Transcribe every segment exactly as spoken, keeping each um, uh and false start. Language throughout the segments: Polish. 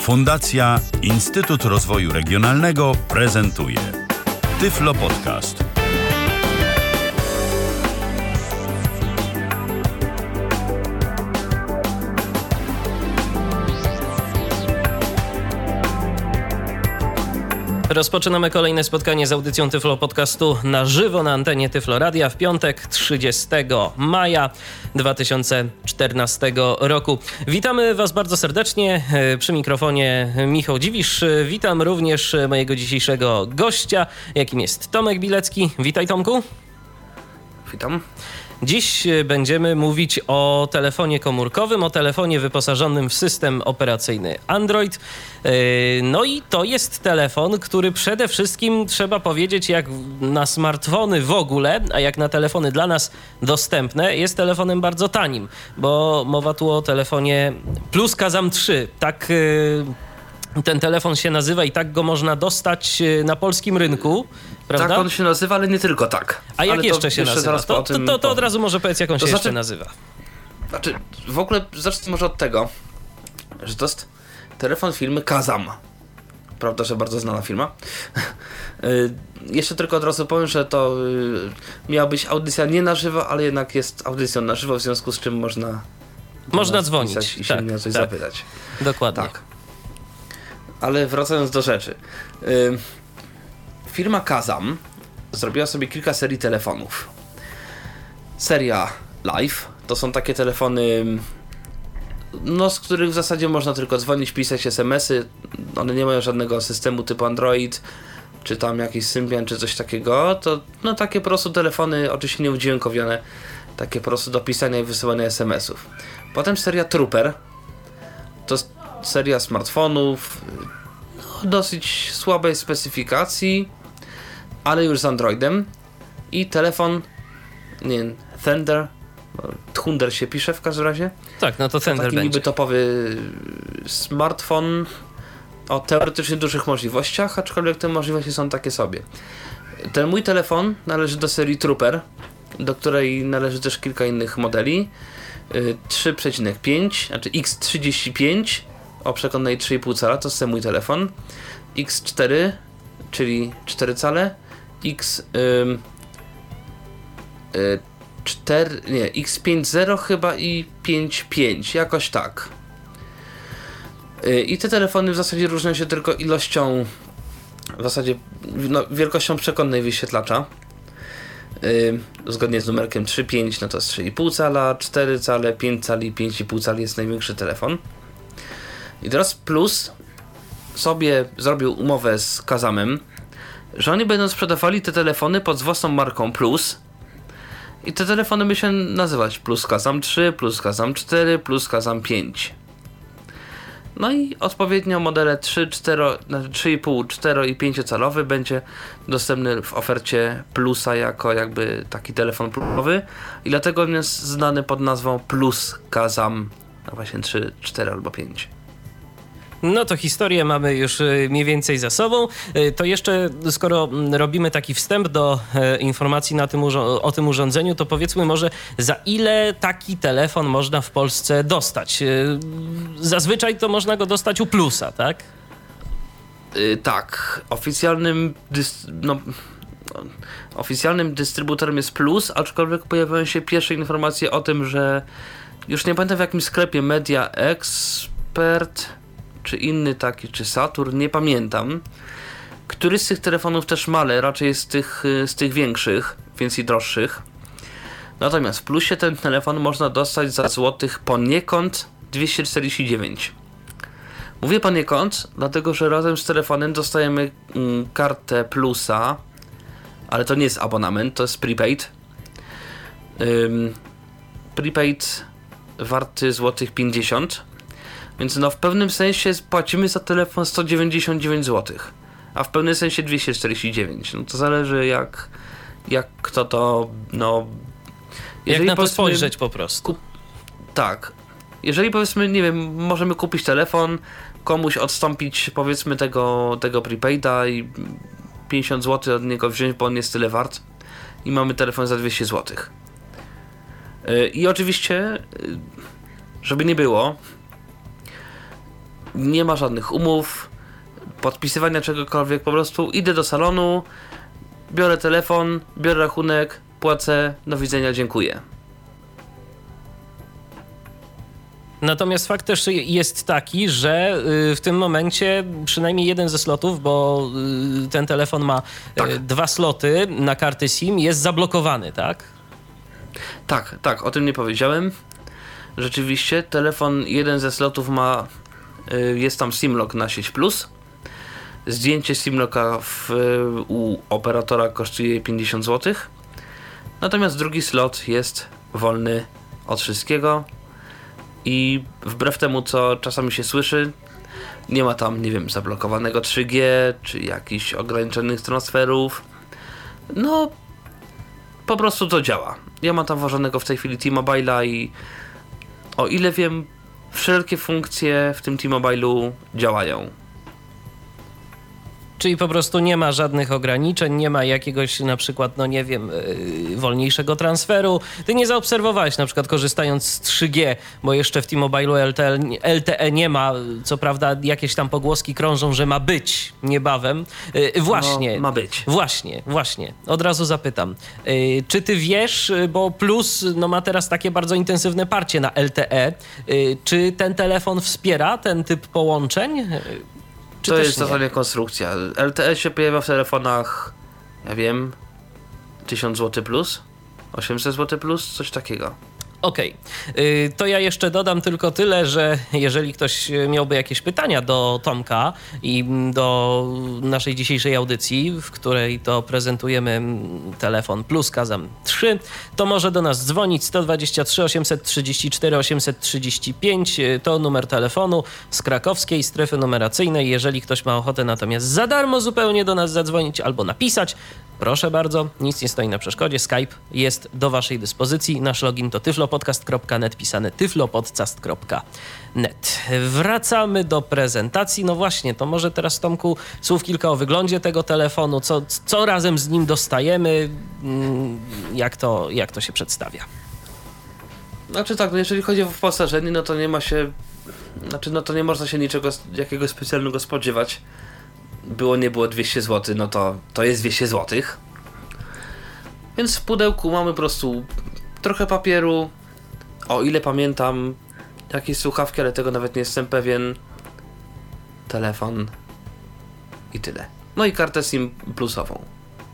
Fundacja Instytut Rozwoju Regionalnego prezentuje Tyflo Podcast. Rozpoczynamy kolejne spotkanie z audycją Tyflo Podcastu na żywo na antenie Tyflo Radia w piątek trzydziestego maja dwa tysiące czternastego roku. Witamy Was bardzo serdecznie. Przy mikrofonie Michał Dziwisz. Witam również mojego dzisiejszego gościa, jakim jest Tomek Bilecki. Witaj, Tomku. Witam. Dziś będziemy mówić o telefonie komórkowym, o telefonie wyposażonym w system operacyjny Android. No i to jest telefon, który przede wszystkim, trzeba powiedzieć, jak na smartfony w ogóle, a jak na telefony dla nas dostępne, jest telefonem bardzo tanim, bo mowa tu o telefonie Plus Kazam trzy. Tak ten telefon się nazywa i tak go można dostać na polskim rynku. Prawda? Tak on się nazywa, ale nie tylko tak. A jak ale jeszcze się jeszcze nazywa? To, to, to, to od razu może powiedz, jak on to się znaczy, jeszcze nazywa. Znaczy, w ogóle zacznę może od tego, że to jest telefon firmy Kazam. Prawda, że bardzo znana firma. yy, jeszcze tylko od razu powiem, że to yy, miała być audycja nie na żywo, ale jednak jest audycją na żywo, w związku z czym można Można dzwonić i się tak, mnie o coś tak. zapytać. Dokładnie. Tak. Ale wracając do rzeczy. Yy, firma Kazam zrobiła sobie kilka serii telefonów. Seria Live to są takie telefony, no, z których w zasadzie można tylko dzwonić, pisać es em esy. One nie mają żadnego systemu typu Android, czy tam jakiś Symbian, czy coś takiego. To no takie po prostu telefony, oczywiście nieudźwiękowione, takie po prostu do pisania i wysyłania es em esów. Potem seria Trooper. To seria smartfonów, no, dosyć słabej specyfikacji, ale już z Androidem. I telefon, nie wiem, Thunder, Thunder się pisze w każdym razie. Tak, no to Thunder taki będzie. niby topowy smartfon o teoretycznie dużych możliwościach, aczkolwiek te możliwości są takie sobie. Ten mój telefon należy do serii Trooper, do której należy też kilka innych modeli. trzy przecinek pięć, znaczy X trzydzieści pięć o przekątnej trzy i pół cala, to jest ten mój telefon. X cztery, czyli cztery cale. X ym, y, cztery, nie, X pięćdziesiąt chyba i pięć pięć, jakoś tak. Y, I te telefony w zasadzie różnią się tylko ilością, w zasadzie no, wielkością przekątnej wyświetlacza. Y, zgodnie z numerkiem trzy pięć, no to jest trzy i pół cala, cztery cale, pięć cali, pięć i pół cali jest największy telefon. I teraz Plus sobie zrobił umowę z Kazamem, że oni będą sprzedawali te telefony pod własną marką Plus i te telefony by się nazywać Plus Kazam trzy, Plus Kazam cztery, Plus Kazam pięć. No i odpowiednio modele trzy, cztery, trzy i pół, cztery i pięć calowy będzie dostępny w ofercie Plusa jako jakby taki telefon plusowy i dlatego on jest znany pod nazwą Plus Kazam, no właśnie trzy, cztery albo pięć. No to historię mamy już mniej więcej za sobą. To jeszcze, skoro robimy taki wstęp do informacji na tym urzo- o tym urządzeniu, to powiedzmy może, za ile taki telefon można w Polsce dostać? Zazwyczaj to można go dostać u Plusa, tak? Yy, tak. Oficjalnym, dys- no, oficjalnym dystrybutorem jest Plus, aczkolwiek pojawiają się pierwsze informacje o tym, że już nie pamiętam w jakim sklepie, Media Expert czy inny taki, czy Saturn, nie pamiętam. Któryś z tych telefonów też ma, ale raczej z tych, z tych większych, więc i droższych. Natomiast w Plusie ten telefon można dostać za złotych poniekąd dwieście czterdzieści dziewięć. Mówię poniekąd, dlatego że razem z telefonem dostajemy mm, kartę Plusa, ale to nie jest abonament, to jest prepaid. Ym, prepaid warty złotych pięćdziesiąt. Więc no w pewnym sensie płacimy za telefon sto dziewięćdziesiąt dziewięć złotych, a w pewnym sensie dwieście czterdzieści dziewięć. No to zależy jak, jak kto to, no... Jak na to spojrzeć po prostu. Kup, tak. Jeżeli powiedzmy, nie wiem, możemy kupić telefon, komuś odstąpić powiedzmy tego, tego prepaida i pięćdziesiąt złotych od niego wziąć, bo on jest tyle wart i mamy telefon za dwieście złotych. Yy, I oczywiście, yy, żeby nie było, Nie ma żadnych umów, podpisywania czegokolwiek, po prostu idę do salonu, biorę telefon, biorę rachunek, płacę, do widzenia, dziękuję. Natomiast fakt też jest taki, że w tym momencie przynajmniej jeden ze slotów, bo ten telefon ma tak. dwa sloty na karty SIM, jest zablokowany, tak? Tak, tak, o tym nie powiedziałem. Rzeczywiście, telefon, jeden ze slotów ma, jest tam SIM-lock na sieć plus. Zdjęcie SIM-locka w, u operatora kosztuje pięćdziesiąt złotych. Natomiast drugi slot jest wolny od wszystkiego. I wbrew temu, co czasami się słyszy, nie ma tam, nie wiem, zablokowanego trzy G, czy jakichś ograniczonych transferów. No, po prostu to działa. Ja mam tam włożonego w tej chwili T-Mobile'a i o ile wiem, wszelkie funkcje w tym T-Mobile'u działają. Czyli po prostu nie ma żadnych ograniczeń, nie ma jakiegoś na przykład, no nie wiem, yy, wolniejszego transferu. Ty nie zaobserwowałeś na przykład korzystając z trzy G, bo jeszcze w T-Mobile'u L T E, L T E nie ma, co prawda jakieś tam pogłoski krążą, że ma być niebawem. Yy, właśnie. No, ma być. Właśnie, właśnie. Od razu zapytam. Yy, czy ty wiesz, bo Plus no, ma teraz takie bardzo intensywne parcie na L T E, yy, czy ten telefon wspiera ten typ połączeń? Yy, Czy to też jest nie? totalnie konstrukcja. L T E się pojawia w telefonach, ja wiem, tysiąc złotych plus, osiemset złotych plus, coś takiego. Okej, okay. To ja jeszcze dodam tylko tyle, że jeżeli ktoś miałby jakieś pytania do Tomka i do naszej dzisiejszej audycji, w której to prezentujemy telefon Plus Kazam trzy, to może do nas dzwonić sto dwadzieścia trzy osiemset trzydzieści cztery osiemset trzydzieści pięć. To numer telefonu z krakowskiej strefy numeracyjnej. Jeżeli ktoś ma ochotę natomiast za darmo zupełnie do nas zadzwonić albo napisać, proszę bardzo, nic nie stoi na przeszkodzie. Skype jest do waszej dyspozycji. Nasz login to tyflopodcast kropka net, pisane tyflopodcast kropka net. Wracamy do prezentacji. No właśnie, to może teraz, Tomku, słów kilka o wyglądzie tego telefonu, co, co razem z nim dostajemy, jak to, jak to się przedstawia. Znaczy tak, no jeżeli chodzi o wyposażenie, no to nie ma się, znaczy no to nie można się niczego jakiegoś specjalnego spodziewać. Było, nie było dwieście złotych, no to to jest dwieście złotych. Więc w pudełku mamy po prostu trochę papieru, o ile pamiętam, jakieś słuchawki, ale tego nawet nie jestem pewien, telefon i tyle. No i kartę SIM plusową.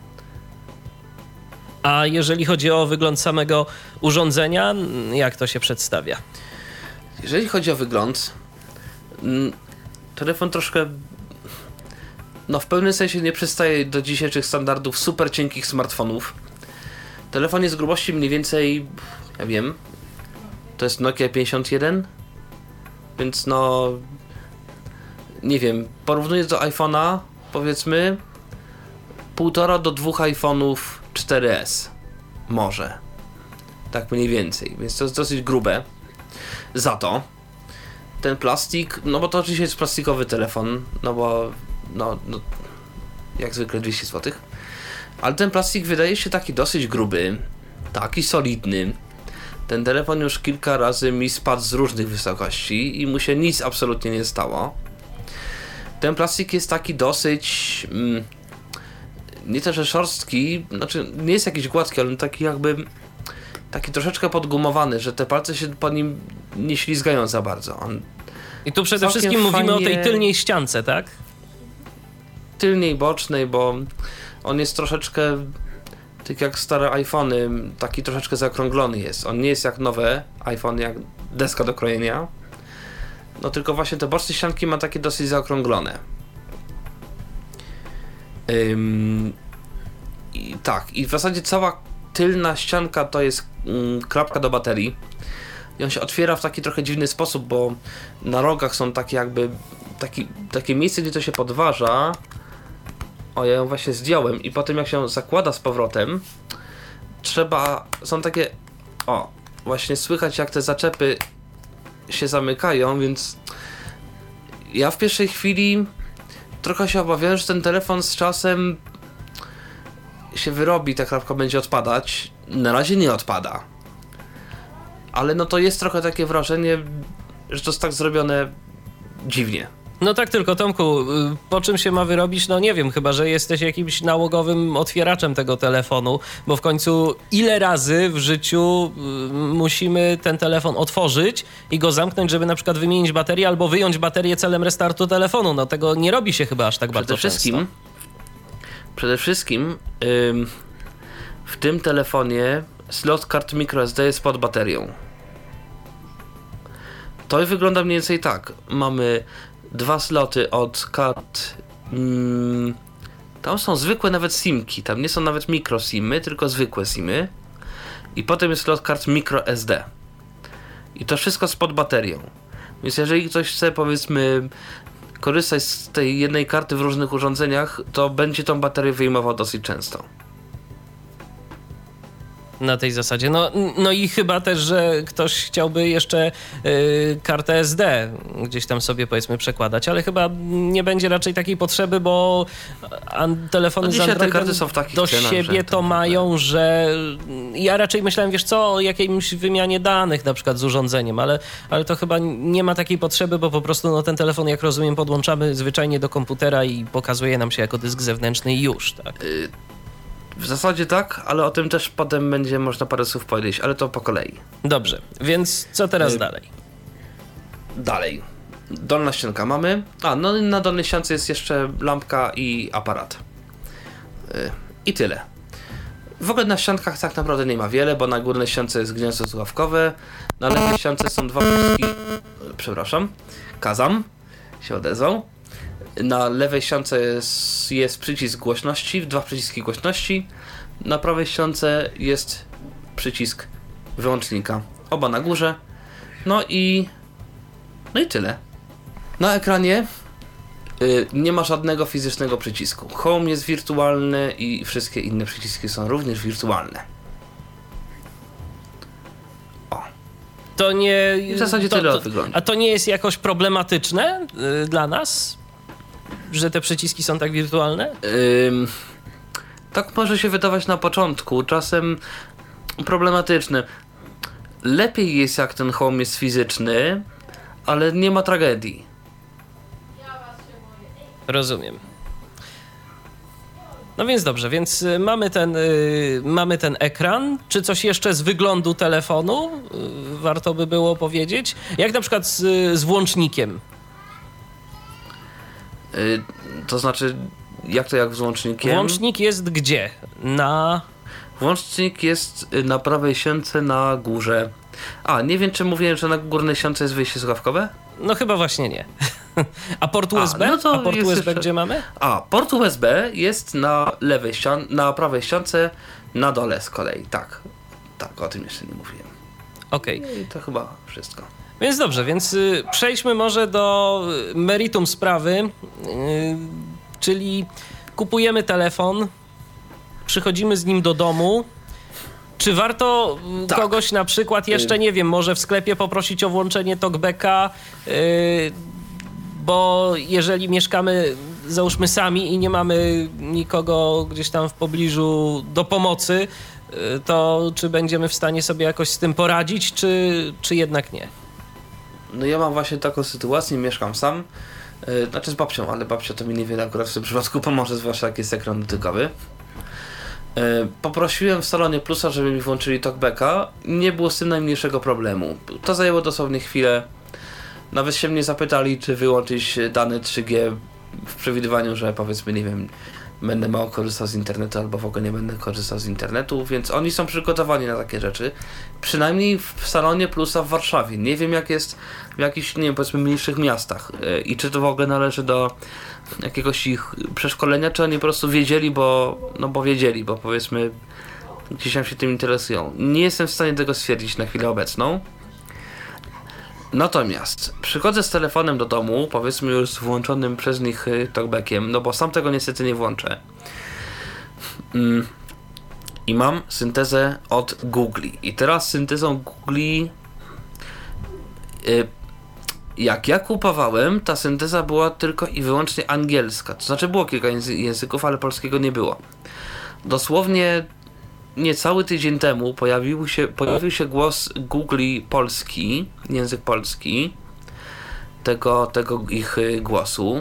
A jeżeli chodzi o wygląd samego urządzenia, jak to się przedstawia? Jeżeli chodzi o wygląd, telefon troszkę, no w pewnym sensie nie przystaje do dzisiejszych standardów super cienkich smartfonów. Telefon jest grubości mniej więcej, ja wiem, to jest Nokia pięćdziesiąt jeden, więc no, nie wiem, porównując do iPhone'a, powiedzmy, półtora do dwóch iPhone'ów cztery S, może, tak mniej więcej, więc to jest dosyć grube. Za to ten plastik, no bo to oczywiście jest plastikowy telefon, no bo no, no jak zwykle dwieście złotych, ale ten plastik wydaje się taki dosyć gruby, taki solidny. Ten telefon już kilka razy mi spadł z różnych wysokości i mu się nic absolutnie nie stało. Ten plastik jest taki dosyć mm, nie też, że szorstki, znaczy nie jest jakiś gładki, ale taki jakby taki troszeczkę podgumowany, że te palce się po nim nie ślizgają za bardzo. On I tu przede wszystkim mówimy fajnie o tej tylnej ściance, tak? Tylnej, bocznej, bo on jest troszeczkę tak jak stare iPhony, taki troszeczkę zaokrąglony jest. On nie jest jak nowe iPhone, jak deska do krojenia. No tylko właśnie te boczne ścianki ma takie dosyć zaokrąglone. Ym, i tak, i w zasadzie cała tylna ścianka to jest ym, klapka do baterii. I on się otwiera w taki trochę dziwny sposób, bo na rogach są takie jakby taki, takie miejsce, gdzie to się podważa. O, ja ją właśnie zdjąłem i potem jak się zakłada z powrotem, trzeba, są takie, o, właśnie słychać jak te zaczepy się zamykają, więc ja w pierwszej chwili trochę się obawiałem, że ten telefon z czasem się wyrobi, ta klapka będzie odpadać. Na razie nie odpada. Ale no to jest trochę takie wrażenie, że to jest tak zrobione dziwnie. No tak, tylko Tomku, po czym się ma wyrobić? No nie wiem, chyba że jesteś jakimś nałogowym otwieraczem tego telefonu, bo w końcu ile razy w życiu musimy ten telefon otworzyć i go zamknąć, żeby na przykład wymienić baterię albo wyjąć baterię celem restartu telefonu. No tego nie robi się chyba aż tak Przede bardzo wszystkim, często. Przede wszystkim ym, w tym telefonie slot kart microSD jest pod baterią. To wygląda mniej więcej tak. Mamy dwa sloty od kart. Mm, tam są zwykłe nawet simki. Tam nie są nawet mikro simy, tylko zwykłe simy. I potem jest slot kart microSD. I to wszystko spod baterią. Więc jeżeli ktoś chce, powiedzmy, korzystać z tej jednej karty w różnych urządzeniach, to będzie tą baterię wyjmował dosyć często. Na tej zasadzie. No, no i chyba też, że ktoś chciałby jeszcze y, kartę S D gdzieś tam sobie, powiedzmy, przekładać, ale chyba nie będzie raczej takiej potrzeby, bo an, telefony no z Androidem te karty są w takich do cenach, siebie to mają, że ja raczej myślałem, wiesz co, o jakiejś wymianie danych na przykład z urządzeniem, ale, ale to chyba nie ma takiej potrzeby, bo po prostu no, ten telefon, jak rozumiem, podłączamy zwyczajnie do komputera i pokazuje nam się jako dysk zewnętrzny i już, tak? Y- W zasadzie tak, ale o tym też potem będzie można parę słów powiedzieć, ale to po kolei. Dobrze, więc co teraz y- dalej? Dalej. Dolna ścianka mamy. A, no i na dolnej ściance jest jeszcze lampka i aparat. Y- I tyle. W ogóle na ściankach tak naprawdę nie ma wiele, bo na górnej ściance jest gniazdo słuchawkowe, na lewej ściance są dwa przyciski... Przepraszam. Kazam się odezwał. Na lewej ściance jest, jest przycisk głośności, dwa przyciski głośności. Na prawej ściance jest przycisk wyłącznika. Oba na górze. No i... No i tyle. Na ekranie y, nie ma żadnego fizycznego przycisku. Home jest wirtualny i wszystkie inne przyciski są również wirtualne. O. To nie... W zasadzie to, tyle to, o wyglądzie. A to nie jest jakoś problematyczne y, dla nas? Że te przyciski są tak wirtualne? Ym, tak może się wydawać na początku, czasem problematyczne. Lepiej jest, jak ten home jest fizyczny, ale nie ma tragedii. Rozumiem. No więc dobrze, więc y, mamy ten, y, mamy ten ekran. Czy coś jeszcze z wyglądu telefonu y, warto by było powiedzieć? Jak na przykład z, z włącznikiem? Yy, to znaczy, jak to jak z łącznikiem? Włącznik jest gdzie? Na... Włącznik jest na prawej ściance na górze. A, nie wiem, czy mówiłem, że na górnej ściance jest wyjście słuchawkowe? No chyba właśnie nie. A port U S B? A, no to A port jest U S B jeszcze... gdzie mamy? A, port U S B jest na lewej ścian... na prawej ściance na dole z kolei. Tak, tak, o tym jeszcze nie mówiłem. Okej. No i to chyba wszystko. Więc dobrze, więc y, przejdźmy może do meritum sprawy, y, czyli kupujemy telefon, przychodzimy z nim do domu. Czy warto y, Tak. kogoś na przykład jeszcze, nie wiem, może w sklepie poprosić o włączenie talkbacka, y, bo jeżeli mieszkamy, załóżmy, sami i nie mamy nikogo gdzieś tam w pobliżu do pomocy, y, to czy będziemy w stanie sobie jakoś z tym poradzić, czy, czy jednak nie? No ja mam właśnie taką sytuację, mieszkam sam, yy, znaczy z babcią, ale babcia to mi niewiele akurat w tym przypadku pomoże, zwłaszcza jak jest ekran dotykowy. Yy, poprosiłem w salonie Plusa, żeby mi włączyli talkbacka, nie było z tym najmniejszego problemu. To zajęło dosłownie chwilę, nawet się mnie zapytali, czy wyłączyć dane trzy G w przewidywaniu, że powiedzmy, nie wiem, będę mało korzystał z internetu albo w ogóle nie będę korzystał z internetu, więc oni są przygotowani na takie rzeczy. Przynajmniej w salonie Plusa w Warszawie. Nie wiem, jak jest w jakichś, nie wiem, powiedzmy mniejszych miastach yy, i czy to w ogóle należy do jakiegoś ich przeszkolenia, czy oni po prostu wiedzieli, bo no bo wiedzieli, bo powiedzmy gdzieś tam się tym interesują. Nie jestem w stanie tego stwierdzić na chwilę obecną. Natomiast przychodzę z telefonem do domu, powiedzmy już z włączonym przez nich talkbackiem, no bo sam tego niestety nie włączę. Mm. I mam syntezę od Google. I teraz syntezą Google, y, jak ja kupowałem, ta synteza była tylko i wyłącznie angielska. To znaczy było kilka języków, ale polskiego nie było. Dosłownie niecały tydzień temu pojawił się, pojawił się głos Google polski, język polski. tego, tego ich głosu.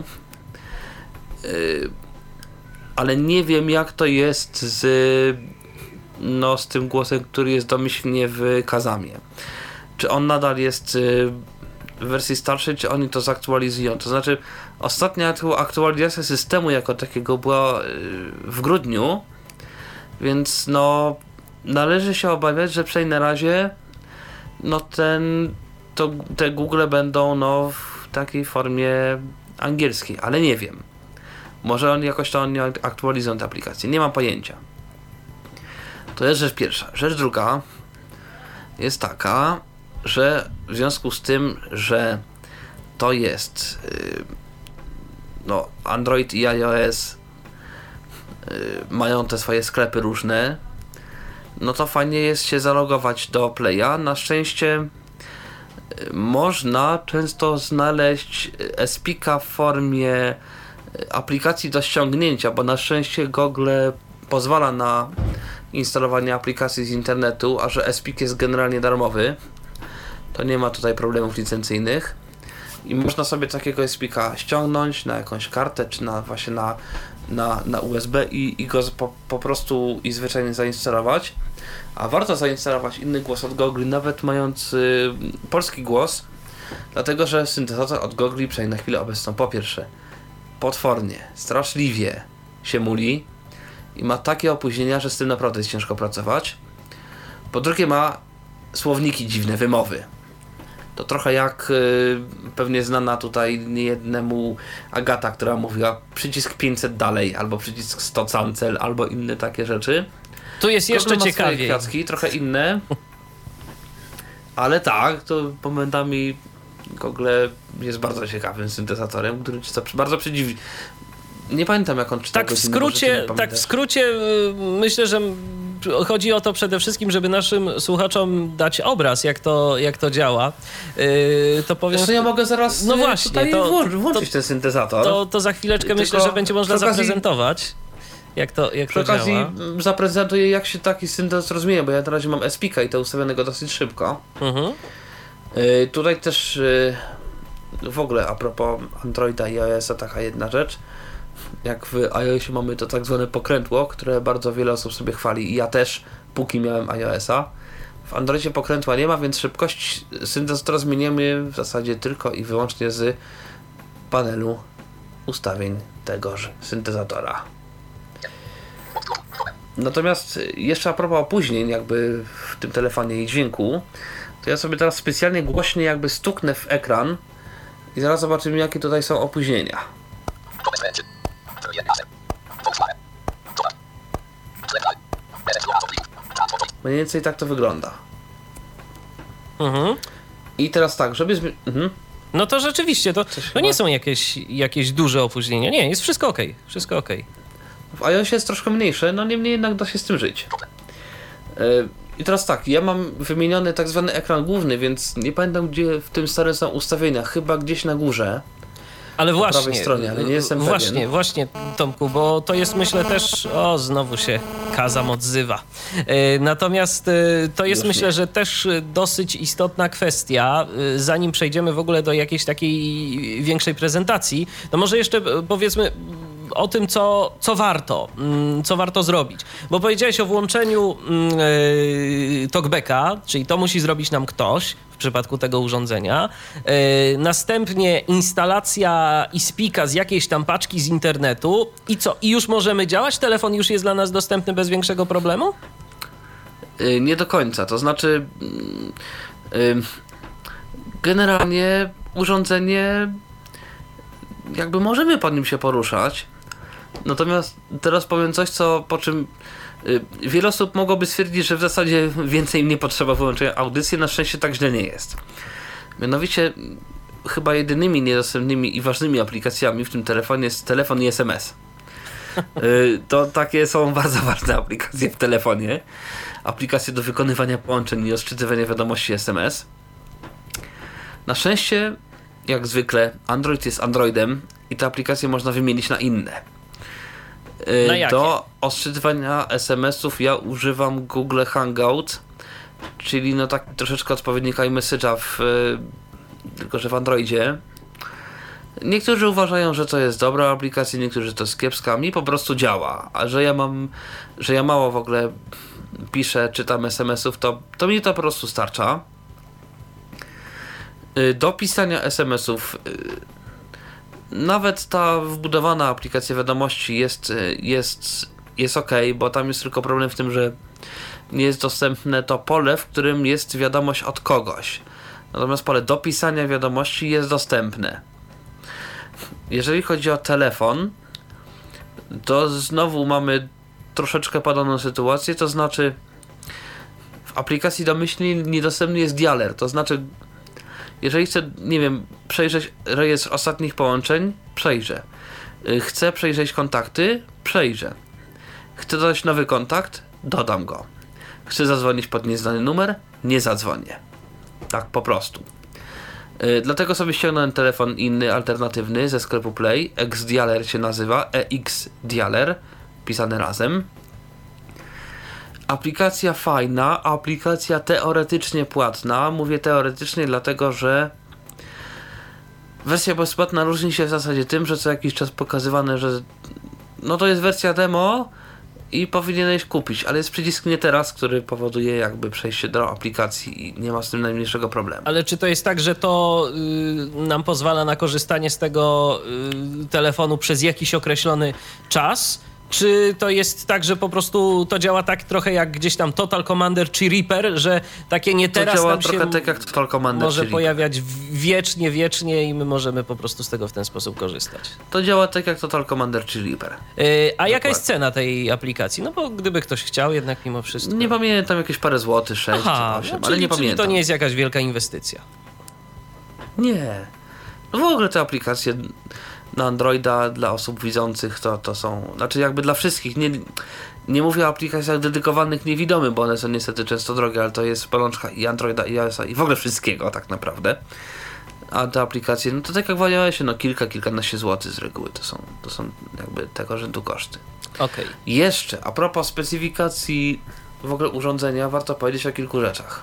Ale nie wiem, jak to jest z, no, z tym głosem, który jest domyślnie w Kazamie. Czy on nadal jest w wersji starszej, czy oni to zaktualizują? To znaczy, ostatnia aktualizacja systemu jako takiego była w grudniu, więc no należy się obawiać, że przynajmniej na razie no ten, to, te Google będą no w takiej formie angielskiej, ale nie wiem. Może oni jakoś to oni aktualizują te aplikacje, nie mam pojęcia. To jest rzecz pierwsza. Rzecz druga jest taka, że w związku z tym, że to jest yy, no Android i iOS yy, mają te swoje sklepy różne, no to fajnie jest się zalogować do Playa. Na szczęście yy, można często znaleźć S P K w formie aplikacji do ściągnięcia, bo na szczęście Google pozwala na instalowanie aplikacji z internetu, a że S P K jest generalnie darmowy, to nie ma tutaj problemów licencyjnych i można sobie takiego S P K ściągnąć na jakąś kartę, czy na właśnie na, na, na U S B i, i go po, po prostu i zwyczajnie zainstalować. A warto zainstalować inny głos od Google, nawet mając y, polski głos, dlatego że syntezator od Google przynajmniej na chwilę obecną po pierwsze potwornie, straszliwie się muli i ma takie opóźnienia, że z tym naprawdę jest ciężko pracować. Po drugie ma słowniki dziwne, wymowy. To trochę jak y, pewnie znana tutaj niejednemu Agata, która mówiła przycisk pięćset dalej, albo przycisk sto cancel, albo inne takie rzeczy. Tu jest jeszcze Google ma ciekawiej. swoje kwiatki, trochę inne. Ale tak, to momentami Google jest bardzo ciekawym syntezatorem, który ci bardzo przedziwi. Nie pamiętam, jak on czytał. Tak w skrócie, tak w skrócie myślę, że chodzi o to przede wszystkim, żeby naszym słuchaczom dać obraz, jak to, jak to działa. Yy, to powiem... Zresztą ja mogę zaraz no właśnie, tutaj to, włą- włączyć to, ten syntezator. To, to za chwileczkę Tylko myślę, że będzie można przy okazji, zaprezentować, jak to, jak przy to okazji działa. zaprezentuję, jak się taki syntezator zmienia, bo ja na razie mam S P K i to ustawionego dosyć szybko. Mhm. Yy, tutaj też yy, w ogóle a propos Androida i iOS-a taka jedna rzecz. Jak w iOSie mamy to tak zwane pokrętło, które bardzo wiele osób sobie chwali i ja też, póki miałem iOS-a. W Androidzie pokrętła nie ma, więc szybkość syntezatora zmieniamy w zasadzie tylko i wyłącznie z panelu ustawień tegoż syntezatora. Natomiast jeszcze a propos opóźnień jakby w tym telefonie i dźwięku, to ja sobie teraz specjalnie głośniej jakby stuknę w ekran i zaraz zobaczymy, jakie tutaj są opóźnienia. Mniej więcej tak to wygląda. Mhm. I teraz tak, żeby... Zmi- mhm. No to rzeczywiście, to, Coś to nie chyba- są jakieś, jakieś duże opóźnienia. Nie, jest wszystko okej. Wszystko okej. W iOSie jest troszkę mniejsze, no niemniej jednak da się z tym żyć. Yy, I teraz tak, ja mam wymieniony tak zwany ekran główny, więc nie pamiętam, gdzie w tym starym są ustawienia. Chyba gdzieś na górze. Ale Po właśnie, prawej stronie, ale nie jestem właśnie, pewien. właśnie, Tomku, bo to jest, myślę, też, o, znowu się Kazam odzywa. E, natomiast e, to jest, Już myślę, nie. że też e, dosyć istotna kwestia, e, zanim przejdziemy w ogóle do jakiejś takiej większej prezentacji, to może jeszcze e, powiedzmy o tym, co, co warto, mm, co warto zrobić. Bo powiedziałeś o włączeniu mm, e, talkbacka, czyli to musi zrobić nam ktoś w przypadku tego urządzenia. E, następnie instalacja iSpeaka z jakiejś tam paczki z internetu i co? I już możemy działać? Telefon już jest dla nas dostępny bez większego problemu? Yy, nie do końca, to znaczy yy, yy, generalnie urządzenie jakby możemy po nim się poruszać, natomiast teraz powiem coś, co po czym yy, wiele osób mogłoby stwierdzić, że w zasadzie więcej nie potrzeba wyłączenia audycji, na szczęście tak źle nie jest. Mianowicie chyba jedynymi niedostępnymi i ważnymi aplikacjami w tym telefonie jest telefon i S M S. Yy, to takie są bardzo ważne aplikacje w telefonie. Aplikacje do wykonywania połączeń i odczytywania wiadomości S M S. Na szczęście, jak zwykle, Android jest Androidem i te aplikacje można wymienić na inne. Yy, Na jakie? do odczytywania S M S-ów ja używam Google Hangout, czyli no tak troszeczkę odpowiednika iMessage'a w, yy, tylko że w Androidzie. Niektórzy uważają, że to jest dobra aplikacja, niektórzy to jest kiepska. Mi po prostu działa, a że ja mam, że ja mało w ogóle piszę, czytam es em esów, to, to mi to po prostu starcza. Do pisania es em esów nawet ta wbudowana aplikacja wiadomości jest, jest, jest ok, bo tam jest tylko problem w tym, że nie jest dostępne to pole, w którym jest wiadomość od kogoś. Natomiast pole do pisania wiadomości jest dostępne. Jeżeli chodzi o telefon, to znowu mamy troszeczkę podobną sytuację, to znaczy w aplikacji domyślnej niedostępny jest dialer, to znaczy jeżeli chcę, nie wiem, przejrzeć rejestr ostatnich połączeń, przejrzę. Chcę przejrzeć kontakty, przejrzę. Chcę dodać nowy kontakt, dodam go. Chcę zadzwonić pod nieznany numer, nie zadzwonię. Tak po prostu. Yy, dlatego sobie ściągnąłem telefon inny, alternatywny ze sklepu Play. Xdialer się nazywa, Xdialer, pisane razem. Aplikacja fajna, aplikacja teoretycznie płatna. Mówię teoretycznie dlatego, że wersja bezpłatna różni się w zasadzie tym, że co jakiś czas pokazywane, że no to jest wersja demo i powinieneś kupić, ale jest przycisk nie teraz, który powoduje jakby przejście do aplikacji i nie ma z tym najmniejszego problemu. Ale czy to jest tak, że to y, nam pozwala na korzystanie z tego y, telefonu przez jakiś określony czas? Czy to jest tak, że po prostu to działa tak trochę jak gdzieś tam Total Commander czy Reaper, że takie nie teraz to działa nam się trochę tak jak Total Commander może czy pojawiać wiecznie, wiecznie i my możemy po prostu z tego w ten sposób korzystać? To działa tak jak Total Commander czy Reaper. Yy, a jaka jest cena tej aplikacji? No bo gdyby ktoś chciał jednak mimo wszystko... Nie pamiętam, jakieś parę złotych, sześć Aha, czy osiem, no, ale czyli, nie czyli pamiętam. to nie jest jakaś wielka inwestycja. Nie. No w ogóle te aplikacje na Androida dla osób widzących to, to są, znaczy jakby dla wszystkich, nie, nie mówię o aplikacjach dedykowanych niewidomym, bo one są niestety często drogie, ale to jest bolączka i Androida, i iOS-a, i w ogóle wszystkiego tak naprawdę. A te aplikacje, no to tak jak w iOSie, no kilka, kilkanaście złotych z reguły, to są, to są jakby tego rzędu koszty. Okej. Okay. Jeszcze, a propos specyfikacji w ogóle urządzenia, warto powiedzieć o kilku rzeczach.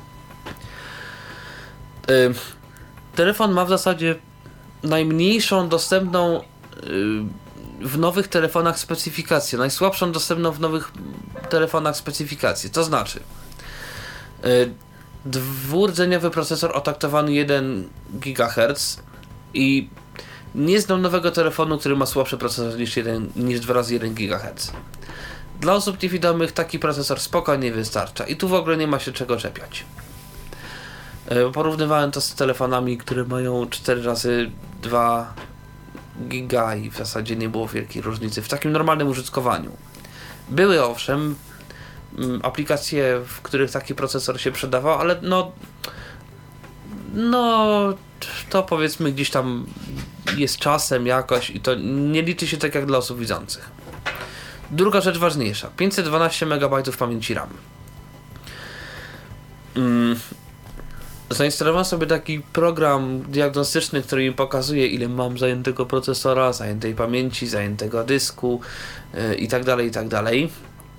Yy, telefon ma w zasadzie najmniejszą dostępną yy, w nowych telefonach specyfikację, najsłabszą dostępną w nowych telefonach specyfikację, to znaczy yy, dwurdzeniowy procesor o taktowaniu jeden gigaherc i nie znam nowego telefonu, który ma słabszy procesor niż, jeden, niż dwa razy jeden gigaherc. Dla osób niewidomych taki procesor spokojnie wystarcza i tu w ogóle nie ma się czego czepiać. Porównywałem to z telefonami, które mają cztery razy dwa giga i w zasadzie nie było wielkiej różnicy w takim normalnym użytkowaniu. Były owszem aplikacje, w których taki procesor się przydawał, ale no no to powiedzmy gdzieś tam jest czasem jakoś i to nie liczy się tak jak dla osób widzących. Druga rzecz ważniejsza, pięćset dwanaście megabajtów pamięci RAM. Mm. Zainstalowałem sobie taki program diagnostyczny, który mi pokazuje, ile mam zajętego procesora, zajętej pamięci, zajętego dysku yy, i tak dalej, i tak dalej.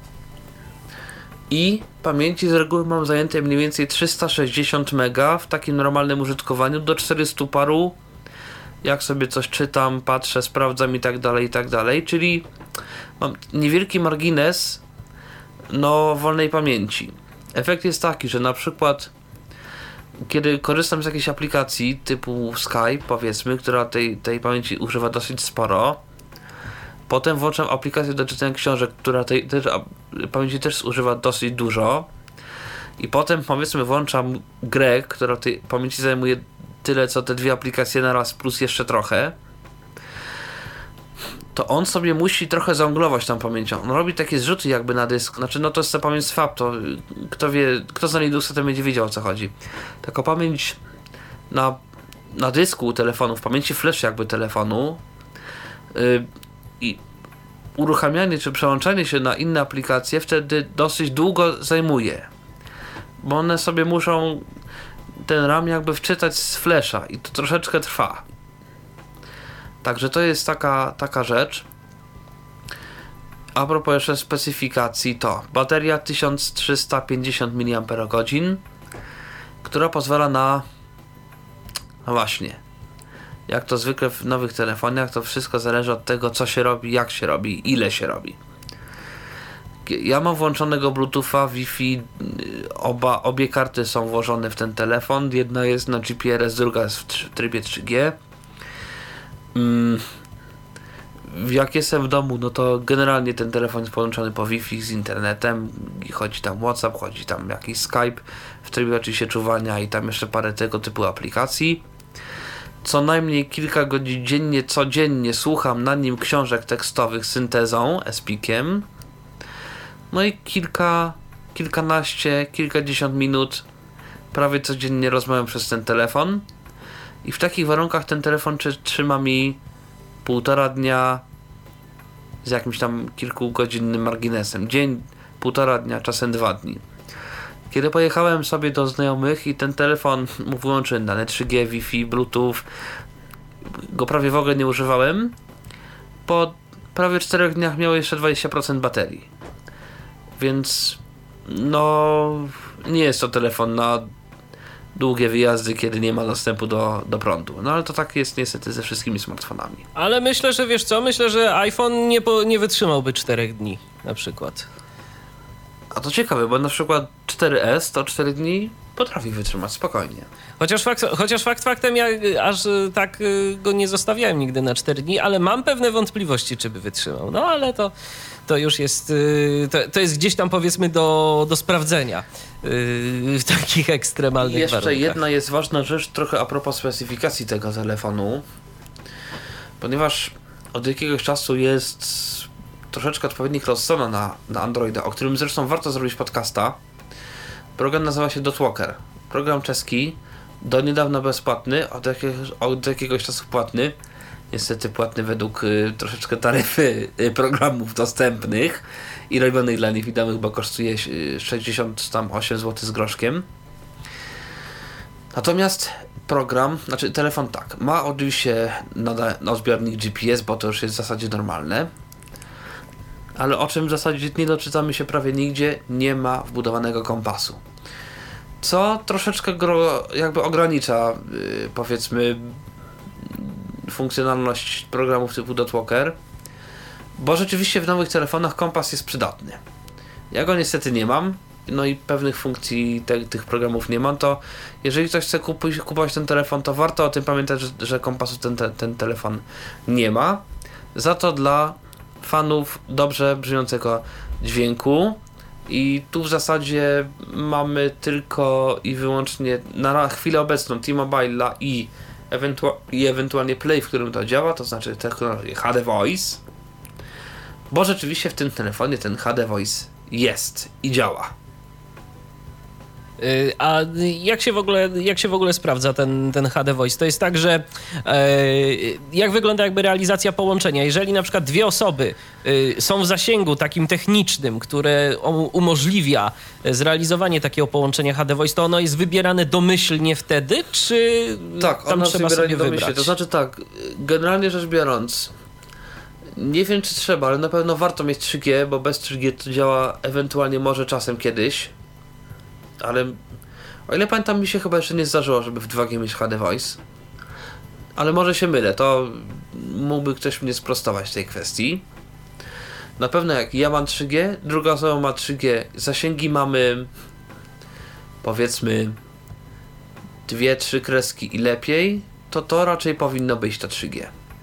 I pamięci z reguły mam zajęte mniej więcej trzysta sześćdziesiąt mega w takim normalnym użytkowaniu do czterystu paru, jak sobie coś czytam, patrzę, sprawdzam i tak dalej, i tak dalej, czyli mam niewielki margines no wolnej pamięci. Efekt jest taki, że na przykład kiedy korzystam z jakiejś aplikacji typu Skype, powiedzmy, która tej, tej pamięci używa dosyć sporo, potem włączam aplikację do czytania książek, która tej, tej pamięci też używa dosyć dużo i potem powiedzmy włączam grę, która tej pamięci zajmuje tyle co te dwie aplikacje na raz plus jeszcze trochę, to on sobie musi trochę zaonglować tą pamięcią. On robi takie zrzuty jakby na dysk. Znaczy, no to jest ta pamięć swap, to kto wie, kto zna Linuxa, to będzie wiedział, o co chodzi. Taka pamięć na, na dysku telefonu, w pamięci flash jakby telefonu yy, i uruchamianie czy przełączanie się na inne aplikacje wtedy dosyć długo zajmuje. Bo one sobie muszą ten RAM jakby wczytać z flasha i to troszeczkę trwa. Także to jest taka, taka rzecz. A propos jeszcze specyfikacji, to bateria tysiąc trzysta pięćdziesiąt miliampergodzin, która pozwala na no właśnie jak to zwykle w nowych telefonach, to wszystko zależy od tego, co się robi, jak się robi, ile się robi. Ja mam włączonego Bluetootha, Wi-Fi, oba, obie karty są włożone w ten telefon. Jedna jest na G P R S, druga jest w trybie trzy G. Mm. Jak jestem w domu, no to generalnie ten telefon jest połączony po Wi-Fi z internetem i chodzi tam WhatsApp, chodzi tam jakiś Skype, w trybie oczywiście czuwania i tam jeszcze parę tego typu aplikacji. Co najmniej kilka godzin dziennie, codziennie słucham na nim książek tekstowych z syntezą, espikiem. No i kilka, kilkanaście, kilkadziesiąt minut prawie codziennie rozmawiam przez ten telefon. I w takich warunkach ten telefon trzyma mi półtora dnia z jakimś tam kilkugodzinnym marginesem. Dzień, półtora dnia, czasem dwa dni. Kiedy pojechałem sobie do znajomych i ten telefon mu włączyłem dane trzy G, Wi-Fi, Bluetooth, go prawie w ogóle nie używałem, po prawie czterech dniach miał jeszcze dwadzieścia procent baterii. Więc no nie jest to telefon na długie wyjazdy, kiedy nie ma dostępu do, do prądu. No ale to tak jest niestety ze wszystkimi smartfonami. Ale myślę, że wiesz co, myślę, że iPhone nie, po, nie wytrzymałby czterech dni na przykład. A to ciekawe, bo na przykład cztery S to cztery dni potrafi wytrzymać spokojnie. Chociaż fakt, chociaż fakt faktem ja aż tak go nie zostawiałem nigdy na cztery dni, ale mam pewne wątpliwości, czy by wytrzymał. No ale to, to już jest, to, to jest gdzieś tam powiedzmy do, do sprawdzenia w takich ekstremalnych I jeszcze warunkach. jedna jest ważna rzecz, trochę a propos specyfikacji tego telefonu, ponieważ od jakiegoś czasu jest troszeczkę odpowiednik rozsona na, na Androida, o którym zresztą warto zrobić podcasta. Program nazywa się Dotwalker. Program czeski, do niedawna bezpłatny, od jakiegoś, od jakiegoś czasu płatny. Niestety płatny według y, troszeczkę taryfy y, programów dostępnych i robionych dla nich widomych, bo kosztuje y, sześćdziesiąt osiem złotych z groszkiem. Natomiast program, znaczy telefon tak, ma oczywiście nada- odbiornik G P S, bo to już jest w zasadzie normalne. Ale o czym w zasadzie nie doczytamy się prawie nigdzie, nie ma wbudowanego kompasu. Co troszeczkę gro, jakby ogranicza yy, powiedzmy funkcjonalność programów typu Dotwalker, bo rzeczywiście w nowych telefonach kompas jest przydatny. Ja go niestety nie mam, no i pewnych funkcji te, tych programów nie mam, to jeżeli ktoś chce kupuj, kupować ten telefon, to warto o tym pamiętać, że, że kompasu ten, ten, ten telefon nie ma. Za to dla fanów dobrze brzmiącego dźwięku i tu w zasadzie mamy tylko i wyłącznie na chwilę obecną T-Mobile'a i, ewentua- i ewentualnie Play, w którym to działa, to znaczy technologię H D Voice, bo rzeczywiście w tym telefonie ten H D Voice jest i działa. A jak się w ogóle, jak się w ogóle sprawdza ten, ten H D Voice? To jest tak, że e, jak wygląda jakby realizacja połączenia? Jeżeli na przykład dwie osoby e, są w zasięgu takim technicznym, które umożliwia zrealizowanie takiego połączenia H D Voice, to ono jest wybierane domyślnie wtedy, czy tak, tam trzeba sobie wybrać? To znaczy tak, generalnie rzecz biorąc, nie wiem czy trzeba, ale na pewno warto mieć trzy G, bo bez trzy G to działa ewentualnie może czasem kiedyś. Ale o ile pamiętam, mi się chyba jeszcze nie zdarzyło, żeby w dwa G mieć H D Voice. Ale może się mylę, to mógłby ktoś mnie sprostować w tej kwestii. Na pewno jak ja mam trzy G, druga osoba ma trzy G, zasięgi mamy powiedzmy dwie trzy kreski i lepiej, to to raczej powinno być to trzy G.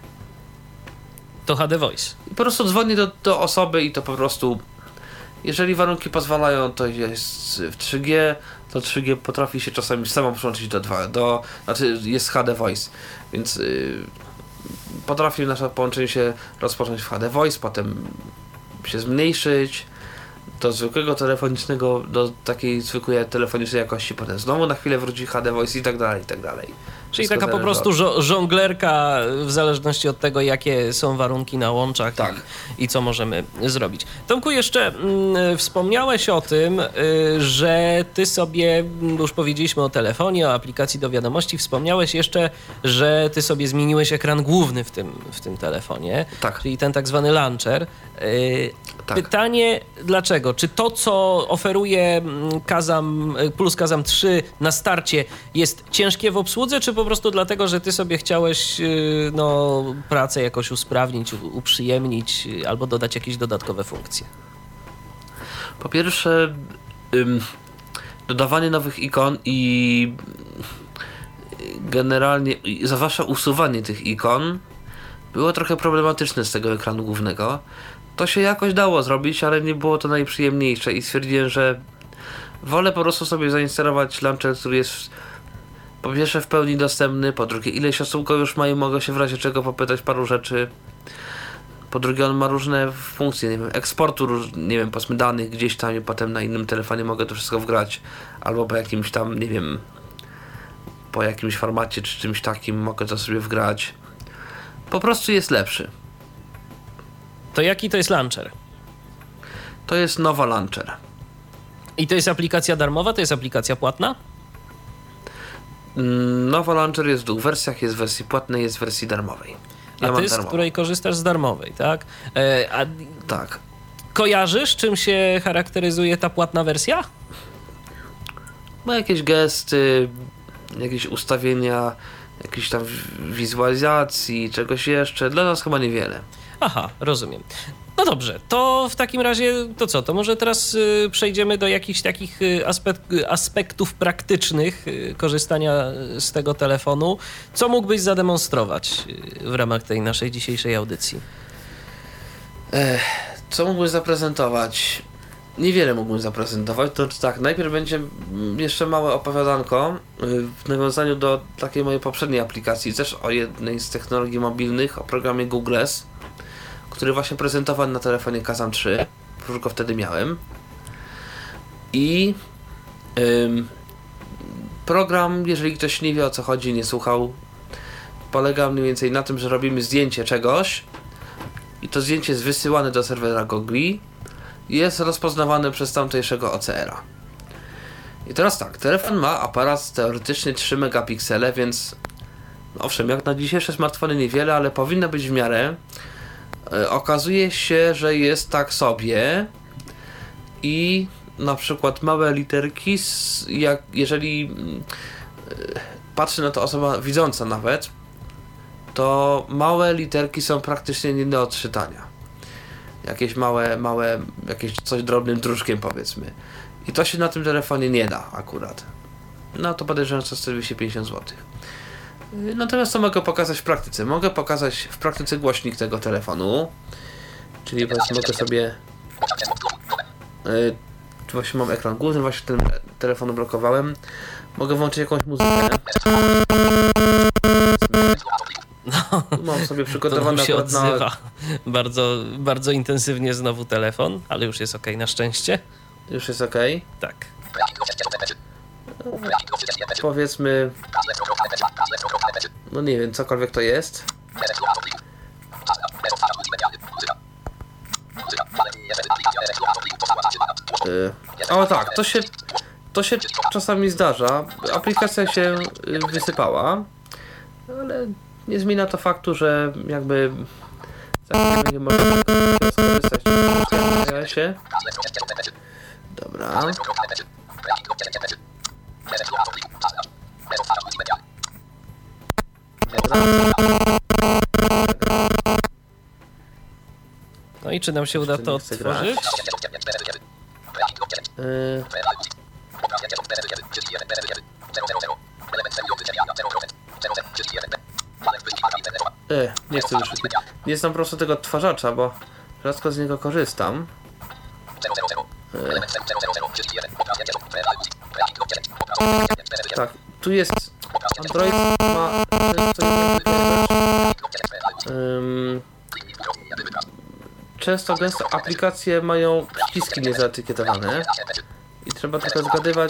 To H D Voice. I po prostu dzwonię do, do osoby i to po prostu, jeżeli warunki pozwalają, to jest w trzy G, to trzy G potrafi się czasami samo przyłączyć do dwa, do, znaczy jest H D Voice, więc yy, potrafi nasze połączenie się rozpocząć w H D Voice, potem się zmniejszyć do zwykłego telefonicznego, do takiej zwykłej telefonicznej jakości, potem znowu na chwilę wróci H D Voice i tak dalej, i tak dalej. Czyli taka po prostu żo- żonglerka w zależności od tego, jakie są warunki na łączach tak. i, i co możemy zrobić. Tomku, jeszcze mm, wspomniałeś o tym, y, że ty sobie, już powiedzieliśmy o telefonie, o aplikacji do wiadomości, wspomniałeś jeszcze, że ty sobie zmieniłeś ekran główny w tym, w tym telefonie, tak. czyli ten tak zwany launcher. Y, tak. Pytanie, dlaczego? Czy to, co oferuje Kazam Plus Kazam trzy na starcie jest ciężkie w obsłudze, czy po po prostu dlatego, że ty sobie chciałeś yy, no, pracę jakoś usprawnić, u, uprzyjemnić yy, albo dodać jakieś dodatkowe funkcje? Po pierwsze, ym, dodawanie nowych ikon i generalnie, zwłaszcza usuwanie tych ikon było trochę problematyczne z tego ekranu głównego. To się jakoś dało zrobić, ale nie było to najprzyjemniejsze i stwierdziłem, że wolę po prostu sobie zainstalować launcher, który jest po pierwsze w pełni dostępny, po drugie ileś osób go już mają, mogę się w razie czego popytać paru rzeczy. Po drugie on ma różne funkcje, nie wiem, eksportu, nie wiem, powiedzmy danych gdzieś tam i potem na innym telefonie mogę to wszystko wgrać. Albo po jakimś tam, nie wiem, po jakimś formacie czy czymś takim mogę to sobie wgrać. Po prostu jest lepszy. To jaki to jest launcher? To jest Nova Launcher. I to jest aplikacja darmowa, to jest aplikacja płatna? Nova Launcher jest w dwóch wersjach, jest w wersji płatnej, jest w wersji darmowej. Ja A ty, z darmową. której korzystasz z darmowej, tak? E, a Tak. kojarzysz, czym się charakteryzuje ta płatna wersja? Ma jakieś gesty, jakieś ustawienia, jakieś tam wizualizacji, czegoś jeszcze. Dla nas chyba niewiele. Aha, rozumiem. No dobrze, to w takim razie to co? To może teraz y, przejdziemy do jakichś takich y, aspekt, y, aspektów praktycznych y, korzystania z tego telefonu. Co mógłbyś zademonstrować y, w ramach tej naszej dzisiejszej audycji? Ech, co mógłbym zaprezentować? Niewiele mógłbym zaprezentować. To tak, najpierw będzie jeszcze małe opowiadanko y, w nawiązaniu do takiej mojej poprzedniej aplikacji, też o jednej z technologii mobilnych, o programie Google's, który właśnie prezentowałem na telefonie Kazam trzy, już go wtedy miałem. I ym, program, jeżeli ktoś nie wie o co chodzi, nie słuchał, polega mniej więcej na tym, że robimy zdjęcie czegoś i to zdjęcie jest wysyłane do serwera Google i jest rozpoznawane przez tamtejszego O C R a. I teraz tak, telefon ma aparat teoretycznie trzy megapiksele, więc owszem, jak na dzisiejsze smartfony niewiele, ale powinno być w miarę. Okazuje się, że jest tak sobie i na przykład małe literki, jak jeżeli patrzy na to osoba widząca nawet, to małe literki są praktycznie nie do odczytania. Jakieś małe, małe, jakieś coś drobnym druczkiem powiedzmy. I to się na tym telefonie nie da akurat. No to podejrzewam, że to jest dwieście pięćdziesiąt złotych. Natomiast co mogę pokazać w praktyce? Mogę pokazać w praktyce głośnik tego telefonu. Czyli właśnie mogę sobie... Yy, właśnie mam ekran główny, właśnie ten telefon blokowałem. Mogę włączyć jakąś muzykę. No, mam sobie to przygotowane nam się akurat odzywa na... bardzo, bardzo intensywnie znowu telefon, ale już jest ok na szczęście. Już jest ok. Tak. Powiedzmy... No nie wiem, cokolwiek to jest. Yy, o tak, to się, to się czasami zdarza. Aplikacja się wysypała, ale nie zmienia to faktu, że jakby za nie można skorzystać z się. Dobra. No i czy nam się uda to otworzyć? Yy. E, nie chcę wyszukiwać. Nie znam po prostu tego odtwarzacza, bo rzadko z niego korzystam. E. Tak, tu jest Android ma um, często gęsto aplikacje mają przyciski niezaetykietowane i trzeba tylko zgadywać,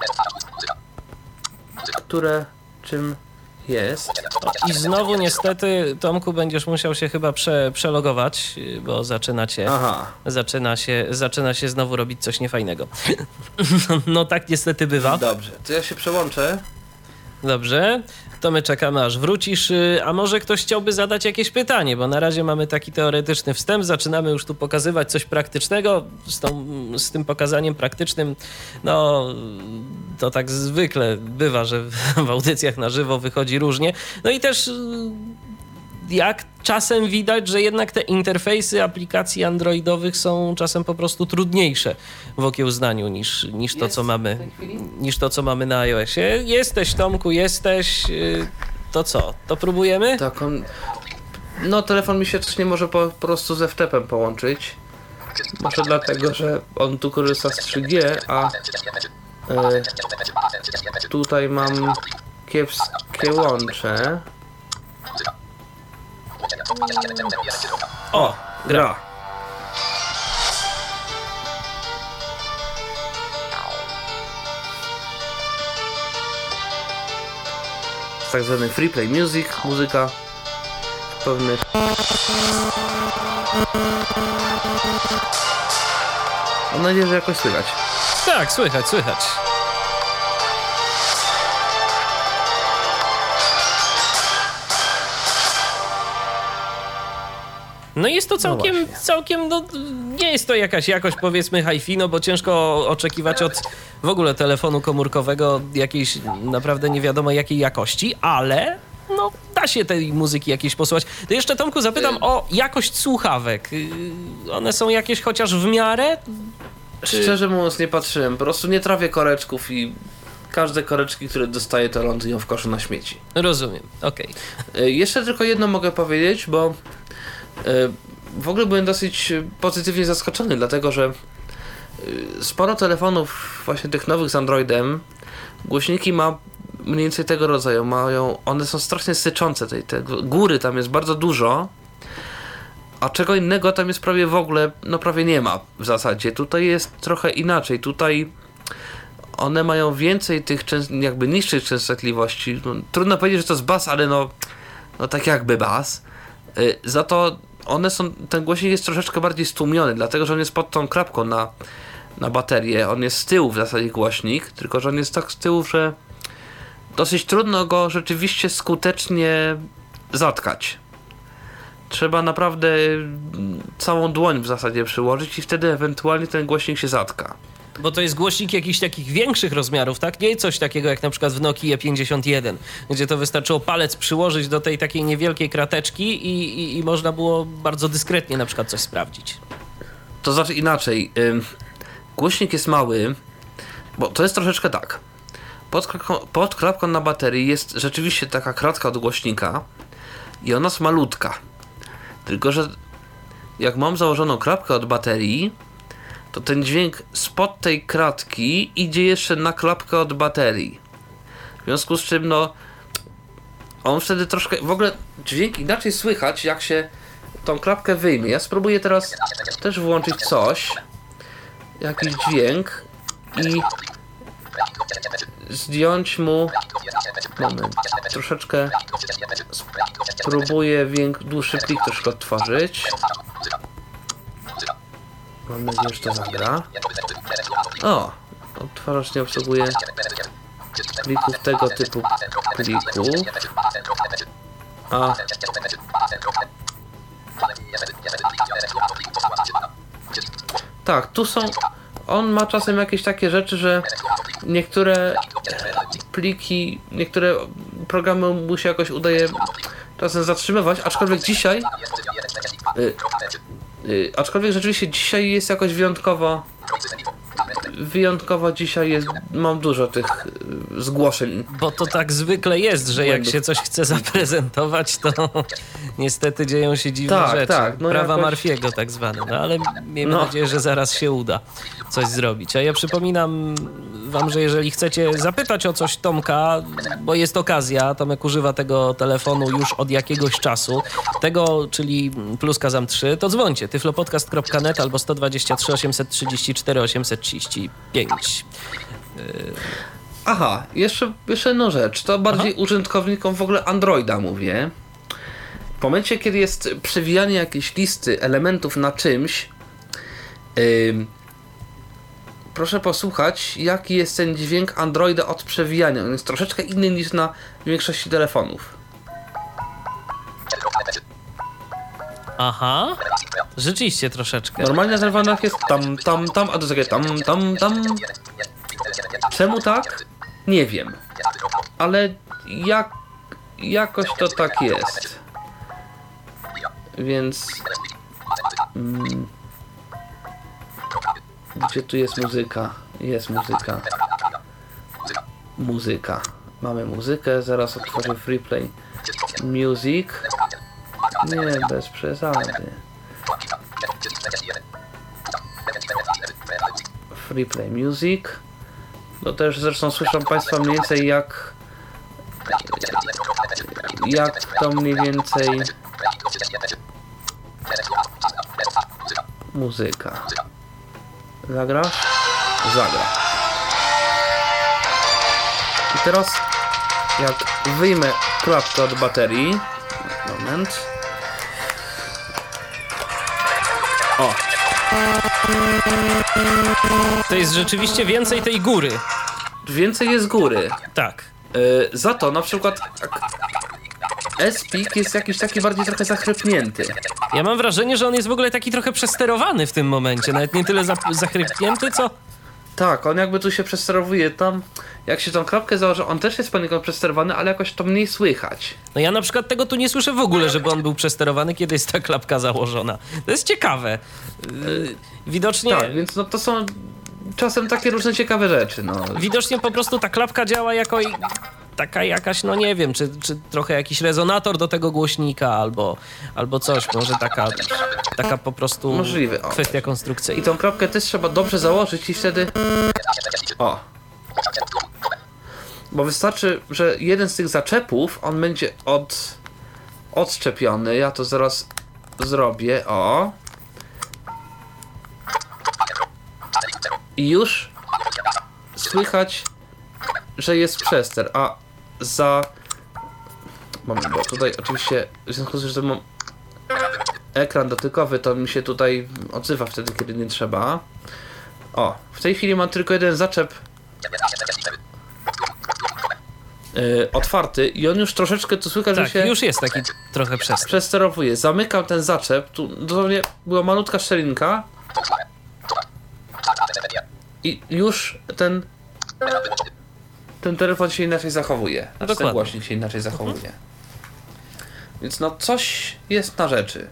które czym jest. I znowu niestety, Tomku, będziesz musiał się chyba prze, przelogować, bo zaczyna cię, Aha. zaczyna się, zaczyna się znowu robić coś niefajnego. No tak niestety bywa. Dobrze, to ja się przełączę. Dobrze, to my czekamy, aż wrócisz. A może ktoś chciałby zadać jakieś pytanie, bo na razie mamy taki teoretyczny wstęp, zaczynamy już tu pokazywać coś praktycznego. Z, tą, z tym pokazaniem praktycznym, no to tak zwykle bywa, że w audycjach na żywo wychodzi różnie. No i też jak czasem widać, że jednak te interfejsy aplikacji androidowych są czasem po prostu trudniejsze w okiełznaniu niż, niż, to, co mamy, niż to, co mamy na iOSie. Jesteś, Tomku, jesteś. To co? To próbujemy? Tak, on... No, telefon mi się też nie może po, po prostu ze wtepem połączyć. Może dlatego, że on tu korzysta z trzy G, a e, tutaj mam kiepskie łącze. O, gra. Tak zwany free play music, muzyka w pewnych... Mam nadzieję, że jakoś słychać. Tak, słychać, słychać. No jest to całkiem, no całkiem, no nie jest to jakaś jakość, powiedzmy, hi-fi, no bo ciężko oczekiwać od w ogóle telefonu komórkowego jakiejś naprawdę nie wiadomo jakiej jakości, ale no da się tej muzyki jakiejś posłuchać. To jeszcze, Tomku, zapytam o jakość słuchawek. One są jakieś chociaż w miarę? Czy... Szczerze mówiąc nie patrzyłem, po prostu nie trawię koreczków i każde koreczki, które dostaję, to lądują w koszu na śmieci. Rozumiem, okej. Okay. Jeszcze tylko jedno mogę powiedzieć, bo w ogóle byłem dosyć pozytywnie zaskoczony, dlatego że sporo telefonów właśnie tych nowych z Androidem, głośniki ma mniej więcej tego rodzaju, mają, one są strasznie syczące, tej, tej góry tam jest bardzo dużo, a czego innego tam jest prawie w ogóle, no prawie nie ma w zasadzie. Tutaj jest trochę inaczej, tutaj one mają więcej tych jakby niższych częstotliwości. No, trudno powiedzieć, że to jest bas, ale no, no tak jakby bas. Za to one są, ten głośnik jest troszeczkę bardziej stłumiony, dlatego że on jest pod tą klapką na, na baterię. On jest z tyłu w zasadzie głośnik, tylko że on jest tak z tyłu, że dosyć trudno go rzeczywiście skutecznie zatkać. Trzeba naprawdę całą dłoń w zasadzie przyłożyć i wtedy ewentualnie ten głośnik się zatka. Bo to jest głośnik jakichś takich większych rozmiarów, tak? Nie coś takiego jak na przykład w Nokii pięćdziesiąt jeden, gdzie to wystarczyło palec przyłożyć do tej takiej niewielkiej krateczki i, i, i można było bardzo dyskretnie na przykład coś sprawdzić. To znaczy inaczej. Yy, głośnik jest mały, bo to jest troszeczkę tak. Pod, pod klapką na baterii jest rzeczywiście taka kratka od głośnika i ona jest malutka. Tylko że jak mam założoną klapkę od baterii, to ten dźwięk spod tej kratki idzie jeszcze na klapkę od baterii. W związku z czym, no, on wtedy troszkę, w ogóle dźwięk inaczej słychać, jak się tą klapkę wyjmie. Ja spróbuję teraz też włączyć coś, jakiś dźwięk i zdjąć mu, moment, troszeczkę spróbuję więk, dłuższy plik troszkę odtworzyć. Mam nadzieję, że to zagra. O! Odtwarzacz nie obsługuje plików tego typu plików. A... Tak, tu są... On ma czasem jakieś takie rzeczy, że niektóre pliki, niektóre programy mu się jakoś udaje czasem zatrzymywać, aczkolwiek dzisiaj... Y Yy, aczkolwiek rzeczywiście dzisiaj jest jakoś wyjątkowo wyjątkowo dzisiaj jest, mam dużo tych yy, zgłoszeń. Bo to tak zwykle jest, że jak się coś chce zaprezentować, to niestety dzieją się dziwne tak, rzeczy. Tak, no Prawa jakoś... Murphy'ego tak zwane. No ale miejmy no. nadzieję, że zaraz się uda coś zrobić. A ja przypominam wam, że jeżeli chcecie zapytać o coś Tomka, bo jest okazja, Tomek używa tego telefonu już od jakiegoś czasu, tego, czyli plus Kazam trzy, to dzwońcie tyflopodcast kropka net albo sto dwadzieścia trzy osiemset trzydzieści cztery osiemset trzydzieści pięć. Aha, jeszcze, jeszcze jedną rzecz. To bardziej Aha. użytkownikom w ogóle Androida mówię. W momencie, kiedy jest przewijanie jakiejś listy elementów na czymś, yy, proszę posłuchać, jaki jest ten dźwięk Androida od przewijania. On jest troszeczkę inny niż na większości telefonów. Aha. Rzeczywiście troszeczkę. Normalnie na telefonach jest tam, tam, tam, a to jest takie tam, tam, tam. Czemu tak? Nie wiem. Ale jak, jakoś to tak jest. Więc... Mm, gdzie tu jest muzyka? Jest muzyka. Muzyka. Mamy muzykę, zaraz otworzę Freeplay Music. Nie, bez przesady. Freeplay Music. No też zresztą słyszą Państwo mniej więcej jak jak to mniej więcej muzyka. Zagrasz? Zagra. I teraz jak wyjmę klapkę od baterii. Moment. O. To jest rzeczywiście więcej tej góry. Więcej jest góry. Tak. Yy, za to na przykład S-Peak jest jakiś taki bardziej trochę zachrypnięty. Ja mam wrażenie, że on jest w ogóle taki trochę przesterowany w tym momencie. Nawet nie tyle za, zachrypnięty, co... Tak, on jakby tu się przesterowuje. Tam, jak się tą klapkę założy, on też jest poniekąd przesterowany, ale jakoś to mniej słychać. No ja na przykład tego tu nie słyszę w ogóle, żeby on był przesterowany, kiedy jest ta klapka założona. To jest ciekawe. Yy, widocznie... Tak, więc no to są czasem takie różne ciekawe rzeczy, no. Widocznie po prostu ta klapka działa jako i- taka jakaś, no nie wiem, czy, czy trochę jakiś rezonator do tego głośnika, albo, albo coś. Może taka, taka po prostu Możliwe, o. kwestia I konstrukcyjna. tą klapkę też trzeba dobrze założyć i wtedy... O. Bo wystarczy, że jeden z tych zaczepów, on będzie od... odszczepiony. Ja to zaraz zrobię, o. I już słychać, że jest przester, a za... Moment, bo tutaj oczywiście w związku z tym, że mam ekran dotykowy, to mi się tutaj odzywa wtedy, kiedy nie trzeba. O, w tej chwili mam tylko jeden zaczep yy, otwarty i on już troszeczkę tu słychać, Tak, że się już jest taki trochę przester. przesterowuje. Zamykam ten zaczep, tu dosłownie była malutka szczelinka i już ten ten telefon się inaczej zachowuje. Znaczy ten Dokładnie. głośnik się inaczej zachowuje. Więc no coś jest na rzeczy.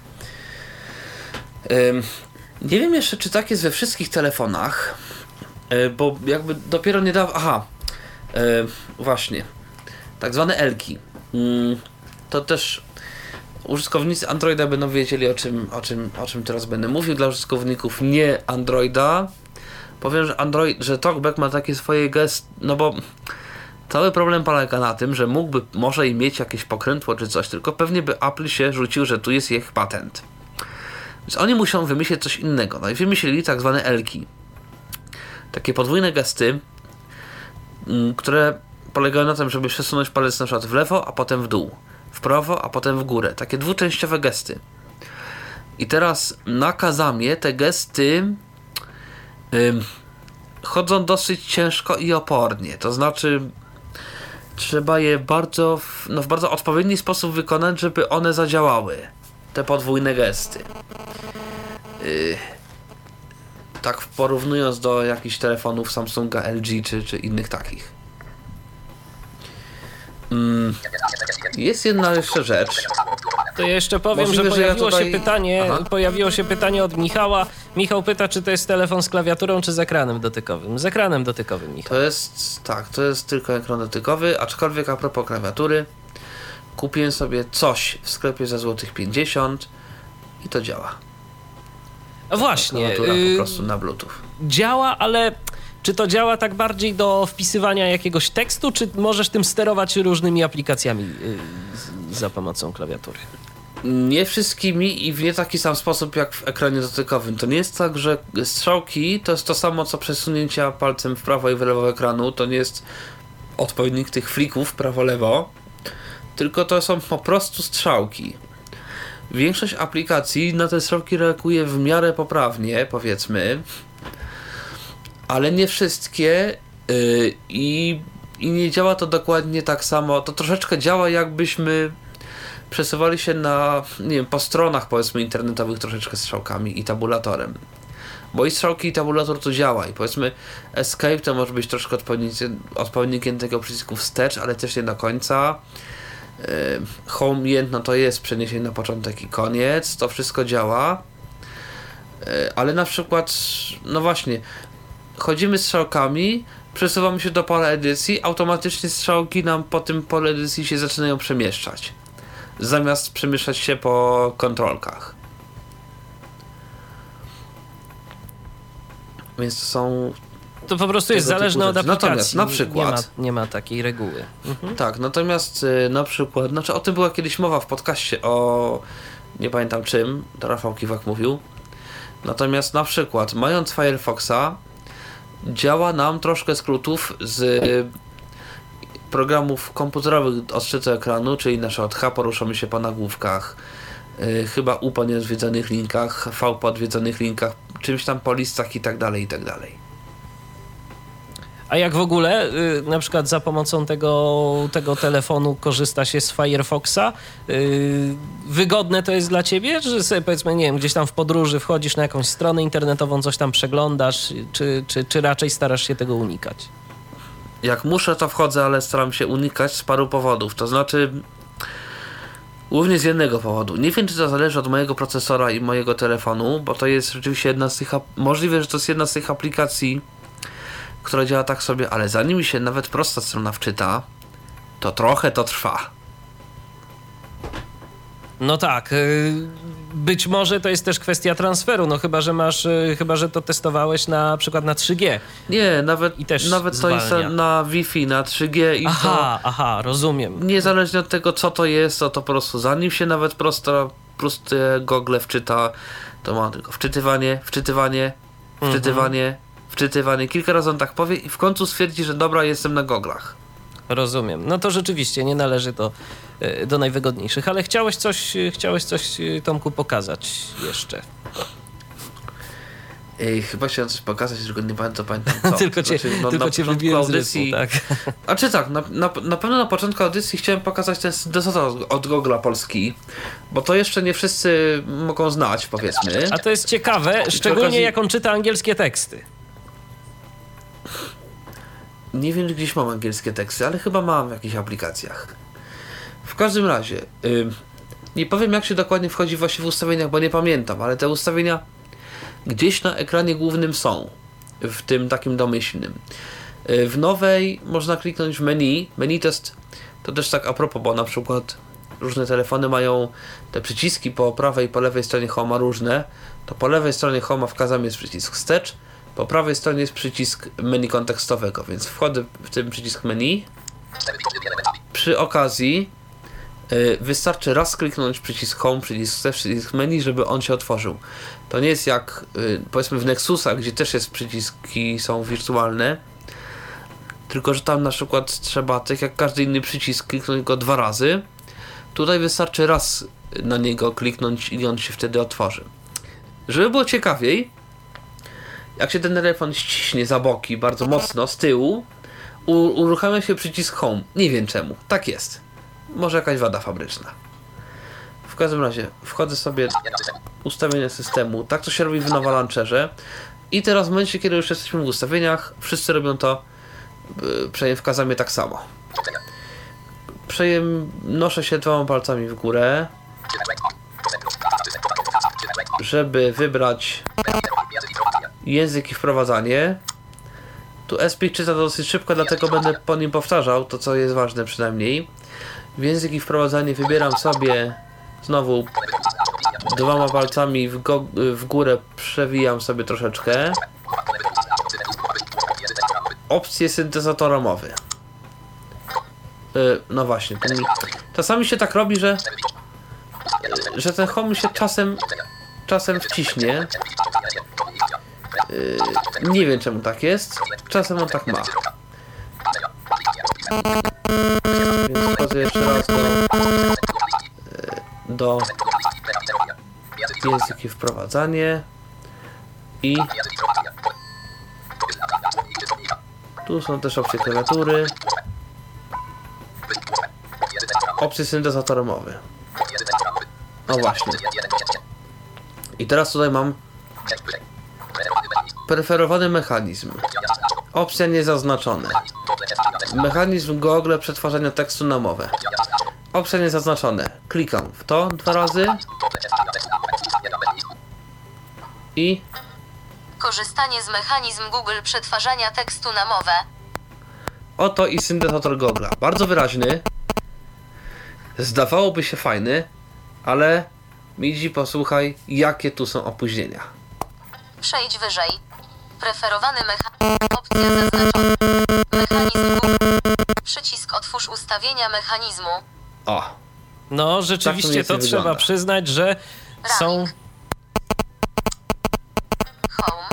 Ym, nie wiem jeszcze, czy tak jest we wszystkich telefonach, yy, bo jakby dopiero niedawno... Aha, yy, właśnie. Tak zwane Elki. Yy, to też użytkownicy Androida będą wiedzieli, o czym, o czym, o czym teraz będę mówił. Dla użytkowników nie Androida powiem, że Android, że TalkBack ma takie swoje gest, no bo cały problem polega na tym, że mógłby może i mieć jakieś pokrętło czy coś, tylko pewnie by Apple się rzucił, że tu jest ich patent. Więc oni muszą wymyślić coś innego. No i wymyślili tak zwane Elki. Takie podwójne gesty, które polegają na tym, żeby przesunąć palec na przykład w lewo, a potem w dół. W prawo, a potem w górę. Takie dwuczęściowe gesty. I teraz na Kazamie te gesty ym, chodzą dosyć ciężko i opornie. To znaczy trzeba je bardzo w, no w bardzo odpowiedni sposób wykonać, żeby one zadziałały. Te podwójne gesty. Yy, tak porównując do jakichś telefonów Samsunga, L G czy, czy innych takich. Yy, jest jedna jeszcze rzecz. To ja jeszcze powiem, Możliwe, że że ja pojawiło tutaj- się pytanie, Aha. pojawiło się pytanie od Michała. Michał pyta, czy to jest telefon z klawiaturą, czy z ekranem dotykowym. Z ekranem dotykowym, Michał. To jest, tak, to jest tylko ekran dotykowy, aczkolwiek a propos klawiatury, kupiłem sobie coś w sklepie za złotych pięćdziesiąt i to działa. A właśnie, Klawiatura y, po prostu na Bluetooth. działa, ale czy to działa tak bardziej do wpisywania jakiegoś tekstu, czy możesz tym sterować różnymi aplikacjami y, z, za pomocą klawiatury? Nie wszystkimi i w nie taki sam sposób jak w ekranie dotykowym. To nie jest tak, że strzałki to jest to samo co przesunięcia palcem w prawo i w lewo ekranu. To nie jest odpowiednik tych flików prawo-lewo, tylko to są po prostu strzałki. Większość aplikacji na te strzałki reaguje w miarę poprawnie, powiedzmy, ale nie wszystkie yy, i, i nie działa to dokładnie tak samo. To troszeczkę działa, jakbyśmy przesuwali się na, nie wiem, po stronach, powiedzmy, internetowych troszeczkę strzałkami i tabulatorem. Bo i strzałki i tabulator tu działa i powiedzmy Escape to może być troszkę odpowiednikiem, odpowiednikiem tego przycisku wstecz, ale też nie do końca. Yy, home jedno to jest przeniesienie na początek i koniec, to wszystko działa. Yy, ale na przykład, no właśnie, chodzimy strzałkami, przesuwamy się do pola edycji, automatycznie strzałki nam po tym pole edycji się zaczynają przemieszczać. Zamiast przemieszczać się po kontrolkach. Więc to są... To po prostu jest zależne od aplikacji. Natomiast na przykład... Nie ma, nie ma takiej reguły. Mhm. Tak, natomiast na przykład... Znaczy o tym była kiedyś mowa w podcaście o... Nie pamiętam czym, to Rafał Kiwak mówił. Natomiast na przykład mając Firefoxa działa nam troszkę skrótów z programów komputerowych odczytu ekranu, czyli na przykład H poruszamy się po nagłówkach, yy, chyba U po nieodwiedzonych linkach, V po odwiedzonych linkach, czymś tam po listach i tak dalej, i tak dalej. A jak w ogóle yy, na przykład za pomocą tego, tego telefonu korzysta się z Firefoxa? Yy, wygodne to jest dla ciebie, że sobie powiedzmy, nie wiem, gdzieś tam w podróży wchodzisz na jakąś stronę internetową, coś tam przeglądasz, czy, czy, czy raczej starasz się tego unikać? Jak muszę, to wchodzę, ale staram się unikać z paru powodów. To znaczy, głównie z jednego powodu. Nie wiem, czy to zależy od mojego procesora i mojego telefonu, bo to jest rzeczywiście jedna z tych... Możliwe, że to jest jedna z tych aplikacji, która działa tak sobie, ale zanim się nawet prosta strona wczyta, to trochę to trwa. No tak. Yy, być może to jest też kwestia transferu, no chyba, że masz, yy, chyba, że to testowałeś na przykład na trzy G. Nie, nawet, I też nawet to jest na Wi-Fi, na trzy G i aha, to... aha, rozumiem. Niezależnie od tego, co to jest, to, to po prostu zanim się nawet prosto, proste Google wczyta, to ma tylko wczytywanie, wczytywanie, wczytywanie, mhm. wczytywanie. Kilka razy on tak powie i w końcu stwierdzi, że dobra, jestem na goglach. Rozumiem. No to rzeczywiście nie należy to do najwygodniejszych, ale chciałeś coś, chciałeś coś, Tomku, pokazać jeszcze. Ej, chyba chciałem coś pokazać, tylko nie bardzo pamiętam co. tylko cię, znaczy, no, tylko cię wybiłem audycji, z rytmu, tak. A czy tak, na, na, na pewno na początku audycji chciałem pokazać ten syntezator od Google'a polski, bo to jeszcze nie wszyscy mogą znać, powiedzmy. A to jest ciekawe, szczególnie okazji... jak on czyta angielskie teksty. Nie wiem, czy gdzieś mam angielskie teksty, ale chyba mam w jakichś aplikacjach. W każdym razie, yy, nie powiem, jak się dokładnie wchodzi właśnie w ustawieniach, bo nie pamiętam, ale te ustawienia gdzieś na ekranie głównym są, w tym takim domyślnym. Yy, w nowej można kliknąć w menu. Menu to jest, to też tak a propos, bo na przykład różne telefony mają te przyciski po prawej i po lewej stronie Home'a różne. To po lewej stronie Home'a wskazany jest przycisk wstecz, po prawej stronie jest przycisk menu kontekstowego, więc wchodzę w ten przycisk menu. Przy okazji yy, wystarczy raz kliknąć przycisk Home, przycisk wstecz, przycisk menu, żeby on się otworzył. To nie jest jak yy, powiedzmy w Nexusach, gdzie też jest przyciski, są wirtualne, tylko że tam na przykład trzeba, tak jak każdy inny przycisk, kliknąć go dwa razy. Tutaj wystarczy raz na niego kliknąć i on się wtedy otworzy. Żeby było ciekawiej, jak się ten telefon ściśnie za boki bardzo mocno z tyłu, u- uruchamia się przycisk Home. Nie wiem czemu. Tak jest. Może jakaś wada fabryczna. W każdym razie wchodzę sobie w ustawienia systemu. Tak to się robi w Nova Launcherze. I teraz w momencie, kiedy już jesteśmy w ustawieniach, wszyscy robią to yy, przejemkazami tak samo. Przejem noszę się dwoma palcami w górę, żeby wybrać język i wprowadzanie. Tu Espik czyta dosyć szybko, dlatego będę po nim powtarzał to, co jest ważne przynajmniej. W język i wprowadzanie wybieram sobie znowu dwoma palcami w, go, w górę, przewijam sobie troszeczkę opcję syntezatora mowy. Yy, no właśnie, to mi, czasami się tak robi, że że ten home się czasem czasem wciśnie. Yy, nie wiem czemu tak jest. Czasem on tak ma. Więc wchodzę jeszcze raz do, yy, do języki wprowadzanie i Tu są też opcje klawiatury. Opcje syntezatora mowy. No właśnie. I teraz tutaj mam preferowany mechanizm. Opcja niezaznaczone. Mechanizm Google przetwarzania tekstu na mowę. Opcja niezaznaczone. Klikam w to dwa razy. I korzystanie z mechanizm Google przetwarzania tekstu na mowę. oto i syntezator Google'a. Bardzo wyraźny. Zdawałoby się fajny, ale Midzi, posłuchaj, jakie tu są opóźnienia. Przejdź wyżej. Preferowany mechanizm. Opcja zaznaczona. Mechanizm Google. Przycisk otwórz ustawienia mechanizmu. O, No, Tak to rzeczywiście mniej to więcej trzeba wygląda. przyznać, że są... Raming. Home.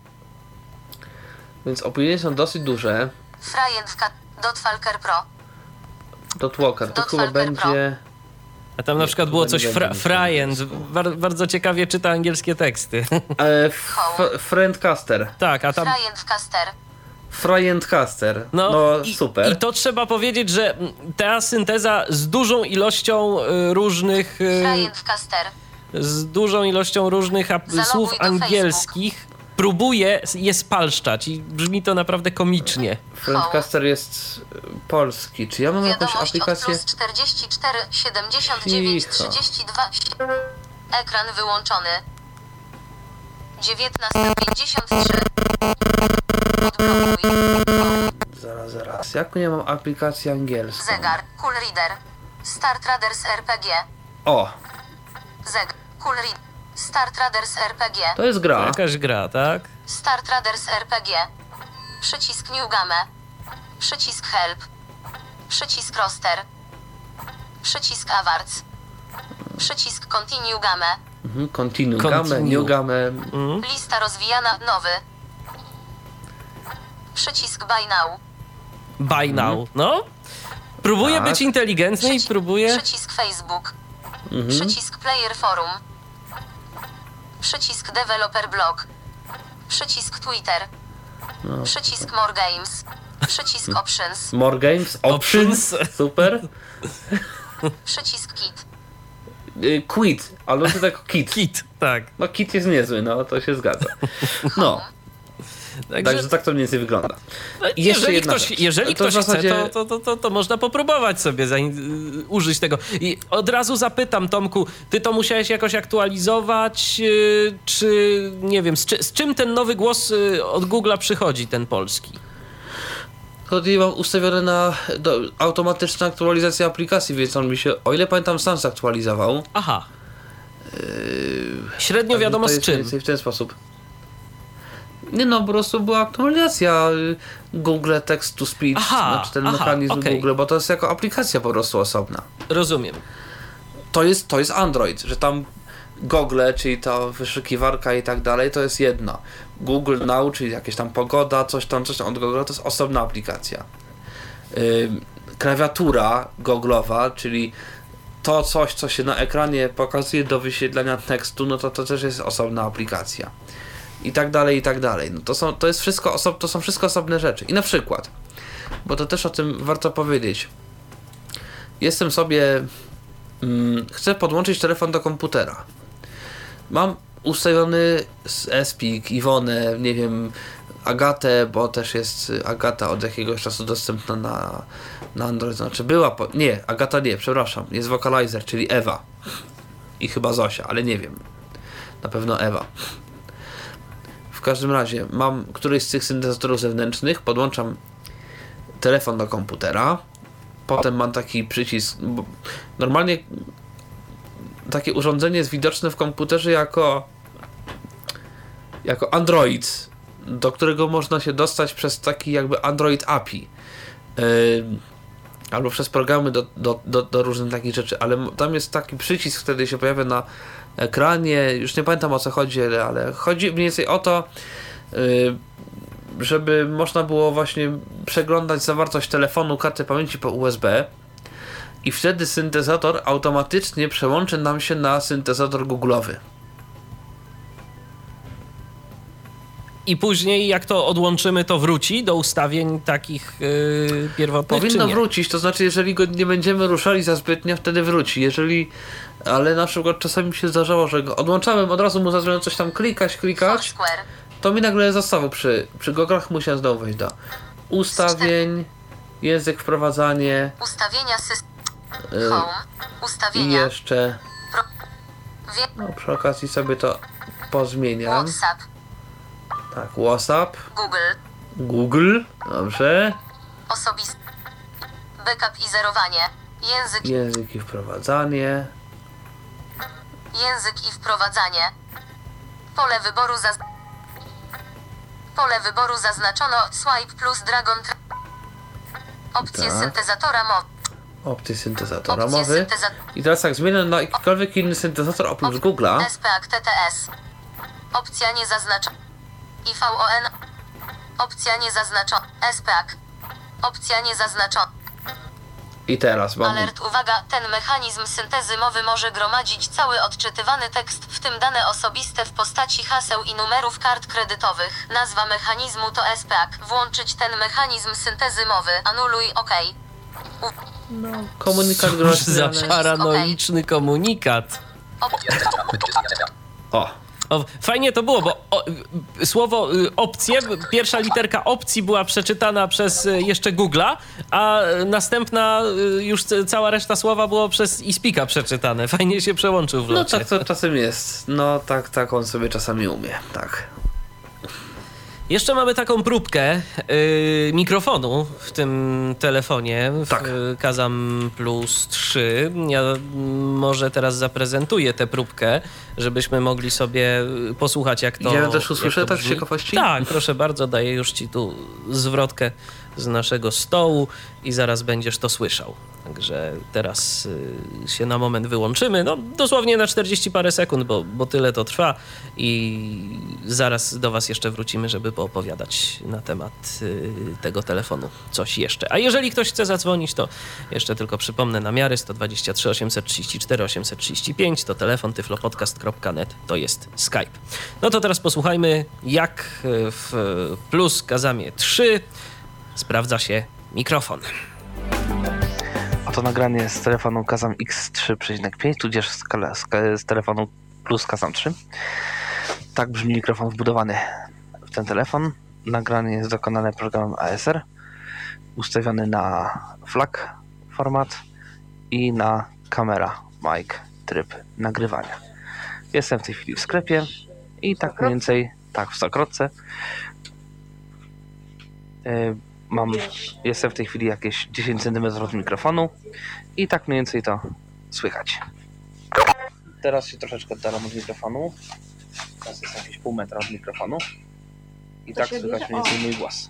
więc opóźnienia są dosyć duże. Frajendka. Dotfalker Pro. Dotwalker, to chyba Dotfalker Pro. będzie... A tam na Nie, przykład chyba było nie coś będzie fra, nic Frajend. Bar, bardzo ciekawie czyta angielskie teksty. E, f- Friendcaster. Tak, a tam... Frajendcaster. Friendcaster. No, no i, super. I to trzeba powiedzieć, że ta synteza z dużą ilością y, różnych... y, Frajendcaster. z dużą ilością różnych ap- Zaloguj słów do angielskich próbuje je spalszczać i brzmi to naprawdę komicznie. Friendcaster jest e, polski. Czy ja mam jakąś Wiadomość od aplikację? plus czterdzieści cztery siedemdziesiąt dziewięć Cicho. trzydzieści dwa. Ekran wyłączony. dziewiętnaście pięćdziesiąt trzy. Odblokuj. Zaraz, zaraz. Jak nie mam aplikacji angielską? Zegar. Cool Reader. Star Traders R P G. O, Zegar. Cool Reader. Star Traders R P G. to jest gra. Jakaś gra, tak? Star Traders R P G. Przycisk New Game. Przycisk Help. Przycisk Roster. Przycisk Awards. Przycisk Continue Game. Mhm, continue. Continue. Game, new game. Mhm. Lista rozwijana. Nowy. Przycisk Buy Now. Buy now. No. Próbuje Tak. być inteligentny i Przyci- próbuje... Przycisk Facebook. Mhm. Przycisk Player Forum. Przycisk Developer Blog. Przycisk Twitter. No. Przycisk More Games. Przycisk Options. More games, options. Options. Super. Przycisk Kit. Y, Quit, ale to tak kit. Kit, tak. No kit jest niezły, no to się zgadza. No, Także, także tak to mniej więcej wygląda. no, I jeszcze jeżeli jedna ktoś, rzecz. jeżeli To w ktoś zasadzie- chce, to, to, to, to, to można popróbować sobie zain- y, użyć tego. I od razu zapytam, Tomku, ty to musiałeś jakoś aktualizować, y, czy nie wiem, z, czy, z czym ten nowy głos y, od Google'a przychodzi, ten polski? Tutaj mam ustawione na do, automatyczna aktualizacja aplikacji, więc on mi się, o ile pamiętam, sam zaktualizował. Aha. Yy, Średnio Także wiadomo to z jest mniej czym. więcej w ten sposób. Nie no, po prostu była aktualizacja y, Google Text to Speech, Aha, znaczy ten aha, mechanizm okej. Google, bo to jest jako aplikacja po prostu osobna. Rozumiem. To jest, to jest Android, że tam Google, czyli ta wyszukiwarka i tak dalej, to jest jedno. Google Now, czyli jakieś tam pogoda, coś tam, coś tam od Google, to jest osobna aplikacja. Yy, klawiatura Google'owa, czyli to coś, co się na ekranie pokazuje do wyświetlania tekstu, no to to też jest osobna aplikacja. I tak dalej, i tak dalej. No to, są, to, jest wszystko oso- to są wszystko osobne rzeczy. I na przykład, bo to też o tym warto powiedzieć, jestem sobie, mm, chcę podłączyć telefon do komputera. Mam ustawiony Espik, Iwonę, nie wiem, Agatę, bo też jest Agata od jakiegoś czasu dostępna na, na Android. Znaczy była, po, nie, Agata nie, przepraszam, jest Vocalizer, czyli Ewa. I chyba Zosia, ale nie wiem. Na pewno Ewa. W każdym razie mam któryś z tych syntezatorów zewnętrznych, podłączam telefon do komputera, potem mam taki przycisk, bo normalnie takie urządzenie jest widoczne w komputerze jako jako Android, do którego można się dostać przez taki jakby Android A P I yy, albo przez programy do, do, do, do różnych takich rzeczy, ale tam jest taki przycisk, wtedy się pojawia na ekranie, już nie pamiętam o co chodzi, ale chodzi mniej więcej o to, yy, żeby można było właśnie przeglądać zawartość telefonu, karty pamięci po U S B i wtedy syntezator automatycznie przełączy nam się na syntezator Google'owy. I później jak to odłączymy, to wróci do ustawień takich yy, pierwotnych, Powinno czy nie? wrócić, to znaczy jeżeli go nie będziemy ruszali za zbytnio, wtedy wróci. Jeżeli, ale na przykład czasami mi się zdarzało, że go odłączałem, od razu mu zacząłem coś tam klikać, klikać, Foursquare. to mi nagle zostało przy, przy goglach, musiałem znowu wejść do ustawień, język wprowadzanie Ustawienia systemu. yy, Home. i Ustawienia. jeszcze, Pro... Wie... no przy okazji sobie to pozmieniam. WhatsApp. Tak, WhatsApp, Google. Google, dobrze, Osobisty. Backup i zerowanie. Język. język i wprowadzanie, Język i wprowadzanie. Pole wyboru zaz... Pole wyboru zaznaczono Swipe plus Dragon tra... Opcje Tak. syntezatora mowy. opcje syntezatora Opcje mowy. synteza... I teraz tak, zmienię na jakikolwiek inny syntezator oprócz Google'a. S P A C T T S. Opcja nie zaznaczona. I V O N. Opcja nie zaznaczona. S P A C. Opcja nie zaznaczona. I teraz mam... Alert, uwaga, ten mechanizm syntezy mowy może gromadzić cały odczytywany tekst, w tym dane osobiste w postaci haseł i numerów kart kredytowych. Nazwa mechanizmu to S P A C. Włączyć ten mechanizm syntezy mowy. Anuluj OK. Komunikat Cóż groźny, za ale... paranoiczny komunikat. O, O, fajnie to było, bo o, y, słowo y, opcje, pierwsza literka opcji była przeczytana przez y, jeszcze Google'a, a y, następna y, już c- cała reszta słowa było przez iSpeaka przeczytane. Fajnie się przełączył w no locie. tak to czasem jest. No tak, tak on sobie czasami umie, tak. Jeszcze mamy taką próbkę y, mikrofonu w tym telefonie, w Tak. y, Kazam Plus trzy. Ja mm, może teraz zaprezentuję tę próbkę, żebyśmy mogli sobie y, posłuchać, jak to Ja też jak usłyszę to tak z brzmi. ciekawości? Tak, proszę bardzo, daję już ci tu zwrotkę z naszego stołu i zaraz będziesz to słyszał. Także teraz y, się na moment wyłączymy, no dosłownie na czterdzieści parę sekund, bo, bo tyle to trwa i zaraz do was jeszcze wrócimy, żeby poopowiadać na temat y, tego telefonu coś jeszcze. A jeżeli ktoś chce zadzwonić, to jeszcze tylko przypomnę namiary sto dwadzieścia trzy osiemset trzydzieści cztery osiemset trzydzieści pięć, to telefon tyflopodcast kropka net, to jest Skype. No to teraz posłuchajmy, jak w Plus Kazamie trzy sprawdza się mikrofon. Oto nagranie z telefonu Kazam X trzy przecinek pięć, tudzież z, kale- z, ka- z telefonu Plus Kazam trzy. Tak brzmi mikrofon wbudowany w ten telefon. Nagranie jest dokonane programem A S R, ustawiony na flag format i na kamera mic tryb nagrywania. Jestem w tej chwili w sklepie i tak mniej więcej, tak w Stokrotce. Yy, Mam, jestem w tej chwili jakieś dziesięć centymetrów od mikrofonu i tak mniej więcej to słychać. Teraz się troszeczkę oddalam od mikrofonu. Teraz jest jakieś pół metra od mikrofonu i tak słychać mniej więcej mój głos.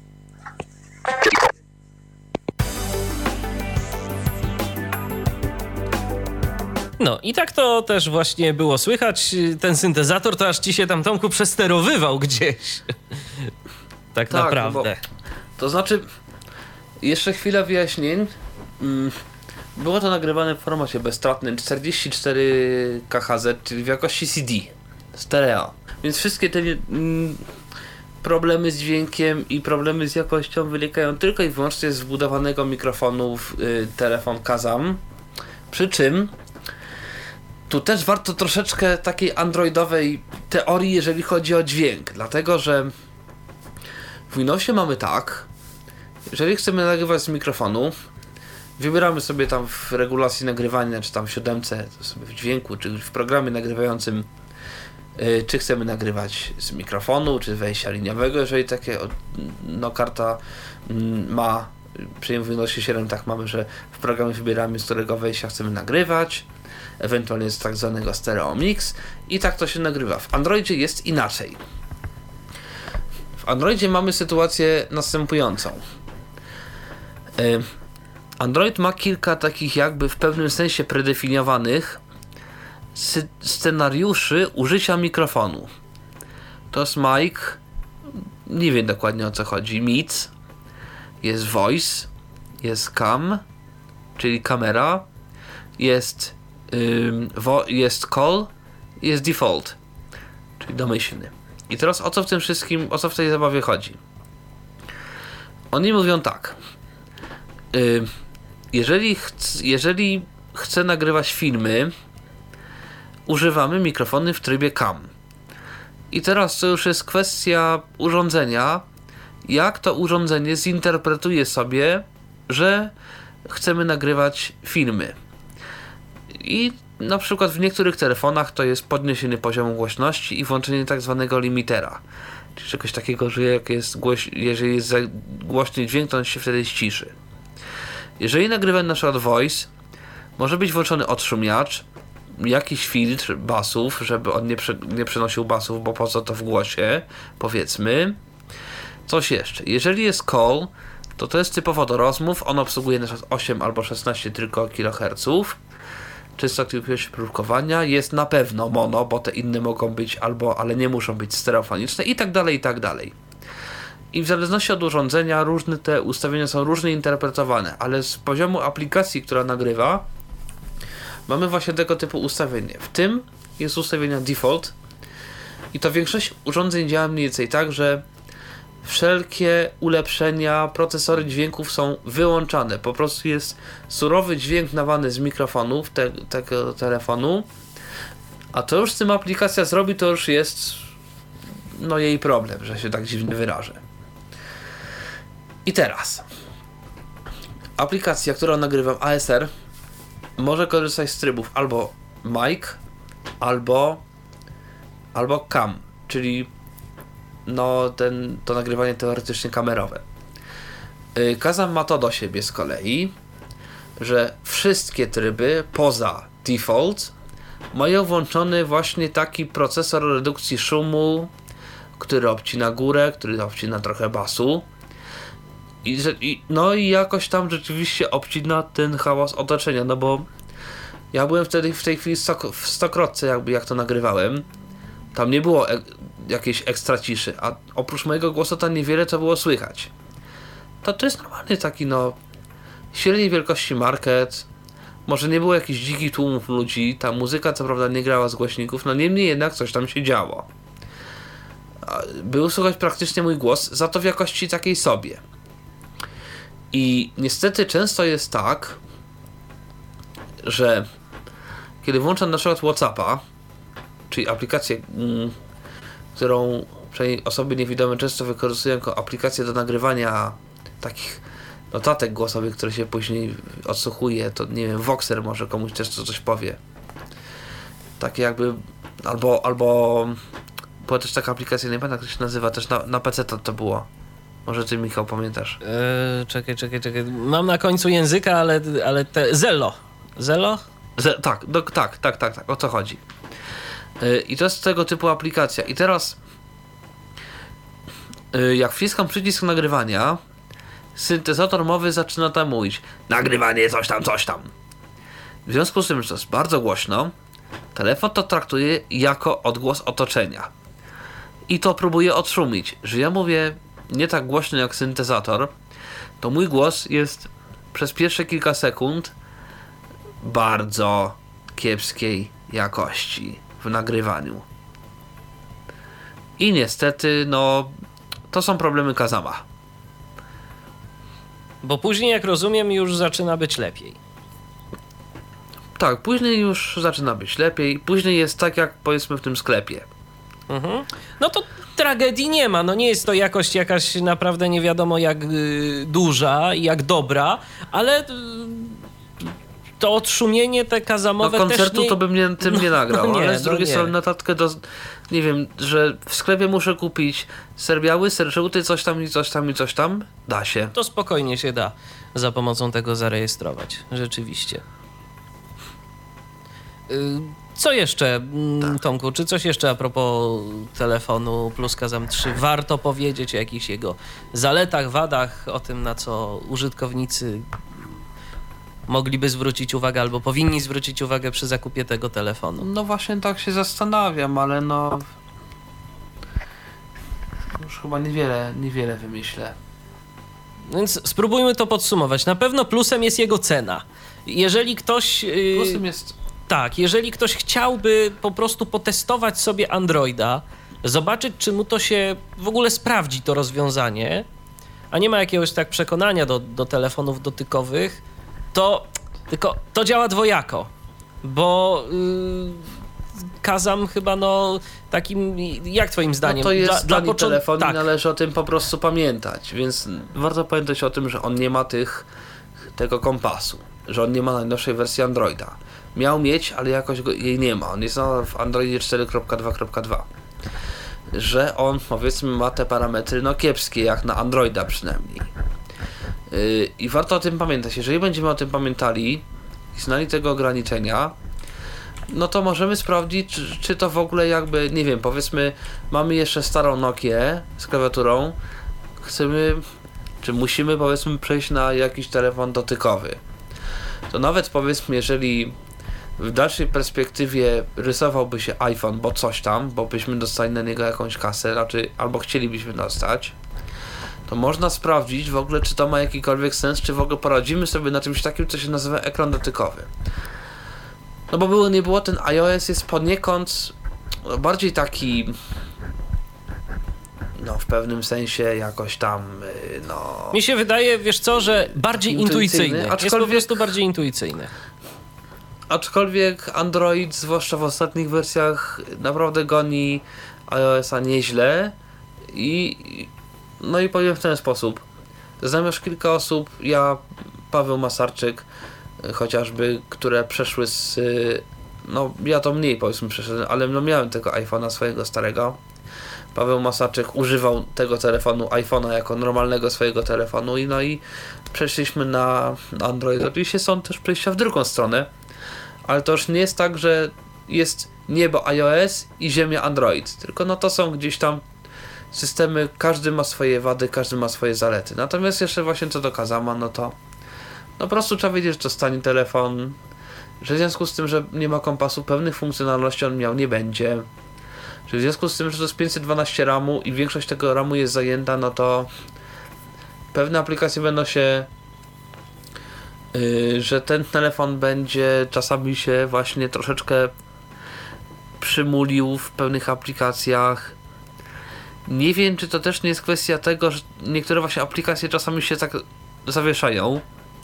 No i tak to też właśnie było słychać. Ten syntezator to aż ci się tam, Tomku, przesterowywał gdzieś. tak, Tak, naprawdę. To znaczy, jeszcze chwila wyjaśnień. Mm, Było to nagrywane w formacie bezstratnym czterdzieści cztery K H Z, czyli w jakości C D, stereo. Więc wszystkie te mm, problemy z dźwiękiem i problemy z jakością wynikają tylko i wyłącznie z wbudowanego mikrofonu w y, telefon Kazam. Przy czym tu też warto troszeczkę takiej androidowej teorii, jeżeli chodzi o dźwięk, dlatego że w Windowsie mamy tak, jeżeli chcemy nagrywać z mikrofonu, wybieramy sobie tam w regulacji nagrywania, czy tam w siódemce, sobie w dźwięku, czy w programie nagrywającym, yy, czy chcemy nagrywać z mikrofonu, czy z wejścia liniowego, jeżeli takie no, karta yy, ma, przy Windowsie siedem tak mamy, że w programie wybieramy, z którego wejścia chcemy nagrywać, ewentualnie z tak zwanego stereo mix i tak to się nagrywa. W Androidzie jest inaczej. W Androidzie mamy sytuację następującą. Android ma kilka takich jakby w pewnym sensie predefiniowanych sy- scenariuszy użycia mikrofonu. To jest mic, nie wiem dokładnie o co chodzi, mic, jest voice, jest cam, czyli kamera, jest, ym, wo- jest call, jest default, czyli domyślny. I teraz o co w tym wszystkim, o co w tej zabawie chodzi? Oni mówią tak. Yy, jeżeli, chc- jeżeli chcę nagrywać filmy, używamy mikrofony w trybie cam. I teraz to już jest kwestia urządzenia, jak to urządzenie zinterpretuje sobie, że chcemy nagrywać filmy. I na przykład w niektórych telefonach to jest podniesienie poziomu głośności i włączenie tak zwanego limitera. Czyli czegoś takiego, że jak jest głoś- jeżeli jest za głośny dźwięk, to on się wtedy ściszy. Jeżeli nagrywam na przykład voice, może być włączony odszumiacz, jakiś filtr basów, żeby on nie, prze- nie przenosił basów, bo po co to w głosie, powiedzmy. Coś jeszcze. Jeżeli jest call, to to jest typowo do rozmów, on obsługuje na przykład osiem albo szesnaście tylko kiloherców. Częstotliwość próbkowania jest na pewno mono, bo te inne mogą być albo, ale nie muszą być stereofoniczne i tak dalej, i tak dalej. I w zależności od urządzenia różne te ustawienia są różnie interpretowane, ale z poziomu aplikacji, która nagrywa, mamy właśnie tego typu ustawienie. W tym jest ustawienia default i to większość urządzeń działa mniej więcej tak, że wszelkie ulepszenia, procesory dźwięków są wyłączane. Po prostu jest surowy dźwięk nawany z mikrofonów te, tego telefonu, a to już z tym aplikacja zrobi, to już jest no jej problem, że się tak dziwnie wyrażę. I teraz aplikacja, którą nagrywam, A S R, może korzystać z trybów albo mic, albo albo cam, czyli no ten, to nagrywanie teoretycznie kamerowe. Yy, Kazam ma to do siebie z kolei, że wszystkie tryby poza default mają włączony właśnie taki procesor redukcji szumu, który obcina górę, który obcina trochę basu i, że, i no i jakoś tam rzeczywiście obcina ten hałas otoczenia, no bo ja byłem wtedy w tej chwili stok, w stokrotce jakby jak to nagrywałem. Tam nie było e- jakiejś ekstra ciszy, a oprócz mojego głosu tam niewiele co było słychać. To to jest normalny taki no średniej wielkości market, może nie było jakichś dzikich tłumów ludzi, ta muzyka co prawda nie grała z głośników, no niemniej jednak coś tam się działo. Był słychać praktycznie mój głos, za to w jakości takiej sobie. I niestety często jest tak, że kiedy włączam na przykład WhatsAppa, czyli aplikację, mm, którą przynajmniej osoby niewidome często wykorzystują jako aplikację do nagrywania takich notatek głosowych, które się później odsłuchuje, to nie wiem, Voxer może komuś też to coś powie. Takie jakby, albo, albo była też taka aplikacja, nie pamiętam jak to się nazywa, też na, na P C to, to było. Może ty, Michał, pamiętasz? Eee, czekaj, czekaj, czekaj. Mam na końcu języka, ale, ale te... Zello. Zello? Z, tak, do, tak, tak, tak, tak, o co chodzi. Yy, I to jest tego typu aplikacja. I teraz yy, jak wciskam przycisk nagrywania, syntezator mowy zaczyna tam mówić nagrywanie coś tam, coś tam. W związku z tym, że to jest bardzo głośno, telefon to traktuje jako odgłos otoczenia. I to próbuje odszumić, że ja mówię nie tak głośno jak syntezator, to mój głos jest przez pierwsze kilka sekund bardzo kiepskiej jakości w nagrywaniu. I niestety, no, to są problemy Kazama. Bo później, jak rozumiem, już zaczyna być lepiej. Tak, później już zaczyna być lepiej. Później jest tak, jak powiedzmy w tym sklepie. Mhm. No to tragedii nie ma. No nie jest to jakość jakaś naprawdę nie wiadomo jak y, duża i jak dobra, ale y, to odszumienie te kazamowe no koncertu też nie... to bym nie, tym no, nie nagrał, no nie, ale z no drugiej nie. strony notatkę do, nie wiem, że w sklepie muszę kupić ser biały, ser żółty, coś tam i coś tam i coś tam, da się. To spokojnie się da za pomocą tego zarejestrować, rzeczywiście. Y, Co jeszcze, tak. Tomku, czy coś jeszcze a propos telefonu Plus Kazam trzy warto powiedzieć o jakichś jego zaletach, wadach, o tym, na co użytkownicy mogliby zwrócić uwagę albo powinni zwrócić uwagę przy zakupie tego telefonu? No właśnie tak się zastanawiam, ale no już chyba niewiele, niewiele wymyślę. Więc spróbujmy to podsumować. Na pewno plusem jest jego cena. Jeżeli ktoś... Yy... Plusem jest... Tak, jeżeli ktoś chciałby po prostu potestować sobie Androida zobaczyć, czy mu to się w ogóle sprawdzi, to rozwiązanie, a nie ma jakiegoś tak przekonania do, do telefonów dotykowych, to tylko to działa dwojako, bo yy, Kazam chyba no takim, jak twoim zdaniem? No to jest dla, dla począ- telefon tak. i należy o tym po prostu pamiętać, więc warto pamiętać o tym, że on nie ma tych, tego kompasu, że on nie ma najnowszej wersji Androida. Miał mieć, ale jakoś go, jej nie ma. On jest w Androidzie cztery kropka dwa kropka dwa. Że on, powiedzmy, ma te parametry no kiepskie, jak na Androida przynajmniej. Yy, I warto o tym pamiętać. Jeżeli będziemy o tym pamiętali i znali tego ograniczenia, no to możemy sprawdzić, czy, czy to w ogóle jakby, nie wiem, powiedzmy, mamy jeszcze starą Nokię z klawiaturą, chcemy, czy musimy, powiedzmy, przejść na jakiś telefon dotykowy. To nawet, powiedzmy, jeżeli w dalszej perspektywie rysowałby się iPhone, bo coś tam, bo byśmy dostali na niego jakąś kasę, raczej, albo chcielibyśmy dostać, to można sprawdzić w ogóle, czy to ma jakikolwiek sens, czy w ogóle poradzimy sobie na czymś takim, co się nazywa ekran dotykowy. No bo było nie było, ten iOS jest poniekąd bardziej taki, no w pewnym sensie jakoś tam, no... Mi się wydaje, wiesz co, że bardziej intuicyjny. intuicyjny. Aczkolwiek... Jest po prostu bardziej intuicyjny. Aczkolwiek Android, zwłaszcza w ostatnich wersjach, naprawdę goni iOS-a nieźle i no i powiem w ten sposób. Znam już kilka osób, ja, Paweł Masarczyk, chociażby, które przeszły z, no ja to mniej powiedzmy przeszedłem, ale no miałem tego iPhone'a swojego starego. Paweł Masarczyk używał tego telefonu, iPhone'a jako normalnego swojego telefonu i no i przeszliśmy na Android. Oczywiście są też przejścia w drugą stronę, ale to już nie jest tak, że jest niebo iOS i ziemia Android, tylko no to są gdzieś tam systemy, każdy ma swoje wady, każdy ma swoje zalety. Natomiast jeszcze właśnie co do Kazama, no to no po prostu trzeba wiedzieć, że to stanie telefon, że w związku z tym, że nie ma kompasu, pewnych funkcjonalności on miał nie będzie, że w związku z tym, że to jest pięćset dwanaście ramu i większość tego ramu jest zajęta, no to pewne aplikacje będą się Yy, że ten telefon będzie czasami się właśnie troszeczkę przymulił w pewnych aplikacjach. Nie wiem, czy to też nie jest kwestia tego, że niektóre właśnie aplikacje czasami się tak zawieszają.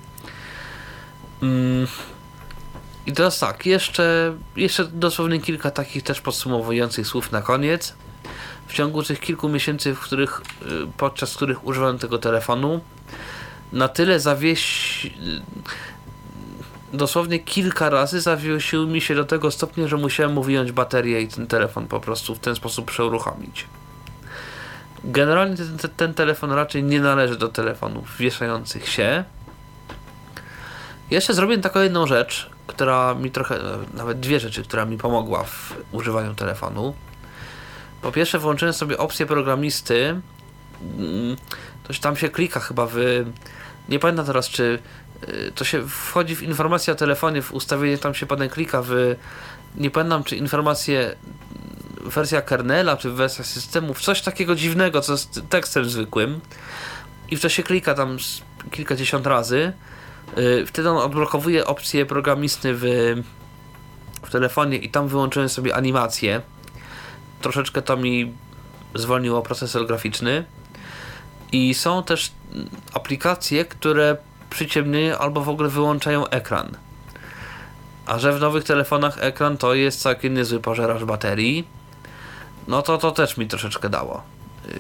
Yy. I teraz tak, jeszcze, jeszcze dosłownie kilka takich też podsumowujących słów na koniec. W ciągu tych kilku miesięcy, w których, yy, podczas których używałem tego telefonu, na tyle zawieś... dosłownie kilka razy zawiesił mi się do tego stopnia, że musiałem mu wyjąć baterię i ten telefon po prostu w ten sposób przeuruchomić. Generalnie ten, ten, ten telefon raczej nie należy do telefonów wieszających się. Jeszcze zrobię taką jedną rzecz, która mi trochę, nawet dwie rzeczy, która mi pomogła w używaniu telefonu. Po pierwsze włączyłem sobie opcję programisty. Coś tam się klika chyba w... Nie pamiętam teraz, czy to się wchodzi w informacje o telefonie, w ustawienie tam się potem klika w... Nie pamiętam, czy informacje wersja kernela, czy wersja systemów, coś takiego dziwnego, co jest tekstem zwykłym. I w to się klika tam kilkadziesiąt razy. Wtedy on odblokowuje opcję programisty w, w telefonie i tam wyłączyłem sobie animację. Troszeczkę to mi zwolniło procesor graficzny. I są też aplikacje, które przyciemniają albo w ogóle wyłączają ekran. A że w nowych telefonach ekran to jest całkiem niezły pożeracz baterii, no to to też mi troszeczkę dało yy,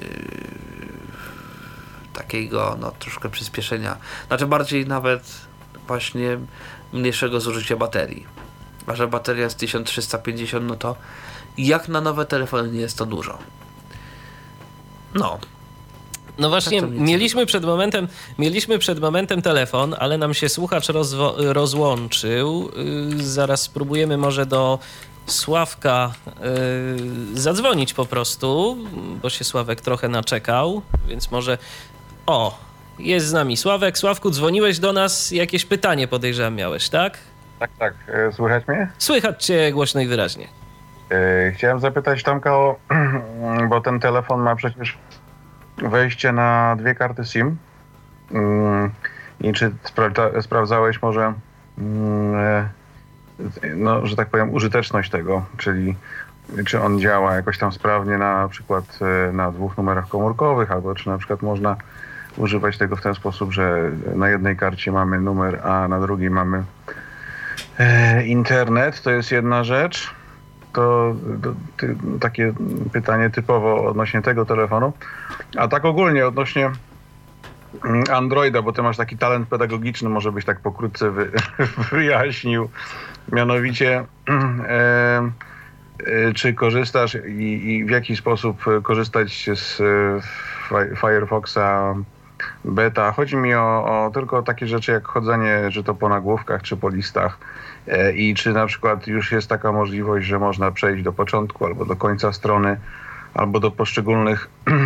takiego, no troszkę przyspieszenia. Znaczy bardziej nawet właśnie mniejszego zużycia baterii. A że bateria jest tysiąc trzysta pięćdziesiąt, no to jak na nowe telefony nie jest to dużo. No. No właśnie, Tak mieliśmy przed momentem, mieliśmy przed momentem telefon, ale nam się słuchacz rozwo- rozłączył. Yy, zaraz spróbujemy może do Sławka yy, zadzwonić po prostu, bo się Sławek trochę naczekał, więc może... O, jest z nami Sławek. Sławku, dzwoniłeś do nas, jakieś pytanie podejrzewam miałeś, tak? Tak, tak. E, Słychać mnie? Słychać cię głośno i wyraźnie. E, Chciałem zapytać Tomka o... bo ten telefon ma przecież wejście na dwie karty SIM. Mm, I czy spra- sprawdzałeś może, mm, no, że tak powiem, użyteczność tego, czyli czy on działa jakoś tam sprawnie na przykład na dwóch numerach komórkowych, albo czy na przykład można używać tego w ten sposób, że na jednej karcie mamy numer, a na drugiej mamy e, internet. To jest jedna rzecz. To, to ty, takie pytanie typowo odnośnie tego telefonu. A tak ogólnie odnośnie Androida, bo ty masz taki talent pedagogiczny, może byś tak pokrótce wy, wyjaśnił. Mianowicie e, e, czy korzystasz i, i w jaki sposób korzystać z e, Firefoxa beta. Chodzi mi o, o tylko takie rzeczy jak chodzenie, czy to po nagłówkach, czy po listach e, i czy na przykład już jest taka możliwość, że można przejść do początku albo do końca strony, albo do poszczególnych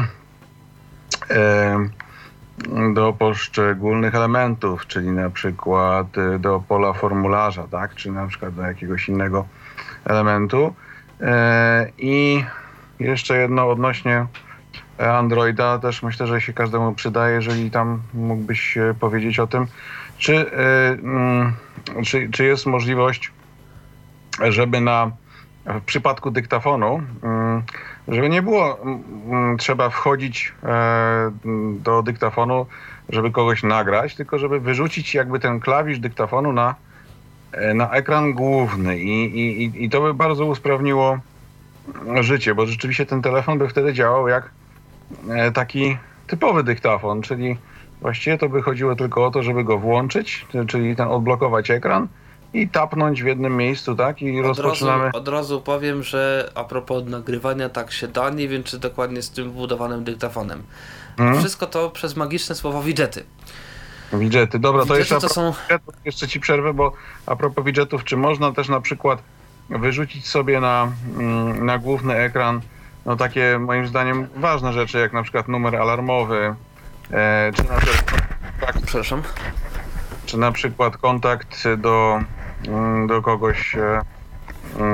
e, do poszczególnych elementów, czyli na przykład do pola formularza, tak, czy na przykład do jakiegoś innego elementu. E, I jeszcze jedno odnośnie Androida, też myślę, że się każdemu przydaje, jeżeli tam mógłbyś powiedzieć o tym, czy, yy, czy, czy jest możliwość, żeby na, w przypadku dyktafonu, yy, żeby nie było yy, trzeba wchodzić yy, do dyktafonu, żeby kogoś nagrać, tylko żeby wyrzucić jakby ten klawisz dyktafonu na, yy, na ekran główny i, i, i to by bardzo usprawniło życie, bo rzeczywiście ten telefon by wtedy działał jak taki typowy dyktafon, czyli właściwie to by chodziło tylko o to, żeby go włączyć, czyli ten odblokować ekran i tapnąć w jednym miejscu, tak? I od rozpoczynamy. Razu, od razu powiem, że a propos nagrywania tak się da, nie wiem czy dokładnie z tym wbudowanym dyktafonem. Hmm? Wszystko to przez magiczne słowo widgety. Widgety, dobra, widgety to jeszcze, to są... widgetów, jeszcze ci przerwę, bo a propos widgetów, czy można też na przykład wyrzucić sobie na, na główny ekran no takie moim zdaniem ważne rzeczy, jak na przykład numer alarmowy, e, czy na przykład kontakt, Przepraszam. Czy na przykład kontakt do, do kogoś, e, e,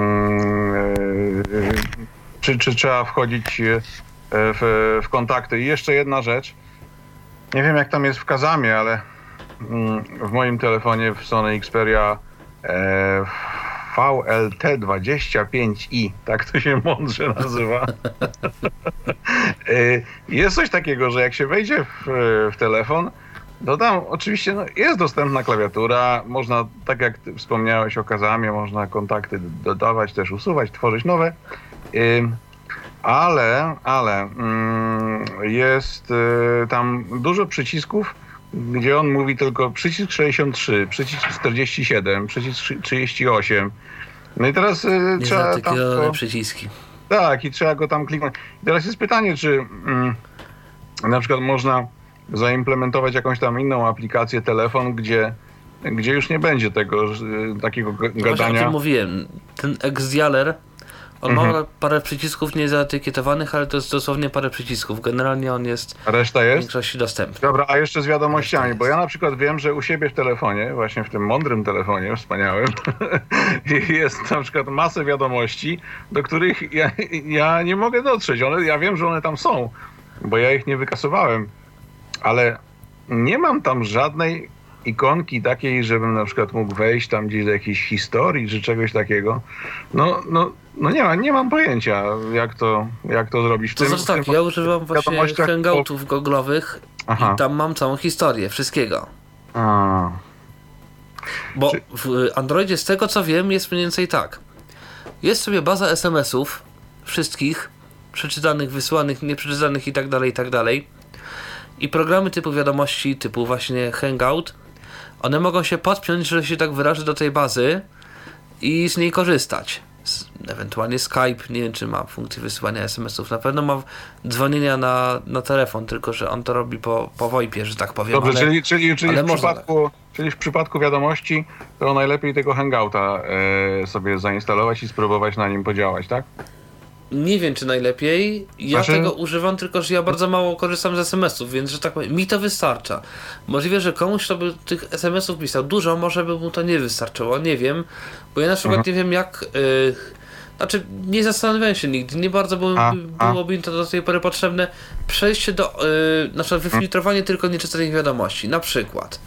czy, czy trzeba wchodzić w, w kontakty. I jeszcze jedna rzecz, nie wiem jak tam jest w Kazamie, ale w moim telefonie w Sony Xperia e, V L T dwadzieścia pięć i, tak to się mądrze nazywa. Jest coś takiego, że jak się wejdzie w, w telefon, to tam oczywiście no, jest dostępna klawiatura, można, tak jak ty wspomniałeś o Kazamie, można kontakty dodawać, też usuwać, tworzyć nowe, ale, ale jest tam dużo przycisków, gdzie on mówi tylko przycisk sześćdziesiąt trzy, przycisk czterdzieści siedem, przycisk trzydzieści osiem. No i teraz y, trzeba tam to... przyciski. Tak, i trzeba go tam kliknąć. I teraz jest pytanie, czy mm, na przykład można zaimplementować jakąś tam inną aplikację, telefon, gdzie, gdzie już nie będzie tego y, takiego g- gadania. Właśnie o tym mówiłem. Ten Xdialer, on mhm. ma parę przycisków niezaetykietowanych, ale to jest dosłownie parę przycisków. Generalnie on jest a reszta jest? w większości dostępny. Dobra, a jeszcze z wiadomościami, bo ja na przykład wiem, że u siebie w telefonie, właśnie w tym mądrym telefonie, wspaniałym, jest na przykład masę wiadomości, do których ja, ja nie mogę dotrzeć. One, ja wiem, że one tam są, bo ja ich nie wykasowałem, ale nie mam tam żadnej ikonki takiej, żebym na przykład mógł wejść tam gdzieś do jakiejś historii czy czegoś takiego. No, no, no nie, ma, nie mam pojęcia, jak to, jak to zrobić. W to tym, znaczy tak, tym, ja używam właśnie hangoutów googlowych i tam mam całą historię, wszystkiego. A. Bo czy... w Androidzie z tego co wiem jest mniej więcej tak. Jest sobie baza es em esów, wszystkich, przeczytanych, wysłanych, nieprzeczytanych i tak dalej, i tak dalej. I programy typu wiadomości, typu właśnie Hangout, one mogą się podpiąć, że się tak wyrażę, do tej bazy i z niej korzystać. Z, ewentualnie Skype, nie wiem czy ma funkcję wysyłania es em esów, na pewno ma dzwonienia na, na telefon, tylko że on to robi po, po VoIpie, że tak powiem. Dobrze, ale, czyli, czyli, czyli, ale w przypadku, czyli w przypadku wiadomości to najlepiej tego Hangouta e, sobie zainstalować i spróbować na nim podziałać, tak? Nie wiem, czy najlepiej. Ja znaczy... tego używam, tylko że ja bardzo mało korzystam z es em esów, więc że tak powiem, mi to wystarcza. Możliwe, że komuś, kto by tych es em esów pisał dużo, może by mu to nie wystarczyło, nie wiem. Bo ja na przykład mhm. nie wiem jak... Yy, znaczy, nie zastanawiałem się nigdy, nie bardzo by, a, byłoby mi to do tej pory potrzebne. Przejście do... Yy, na przykład wyfiltrowanie tylko nieczytelnych wiadomości, na przykład. To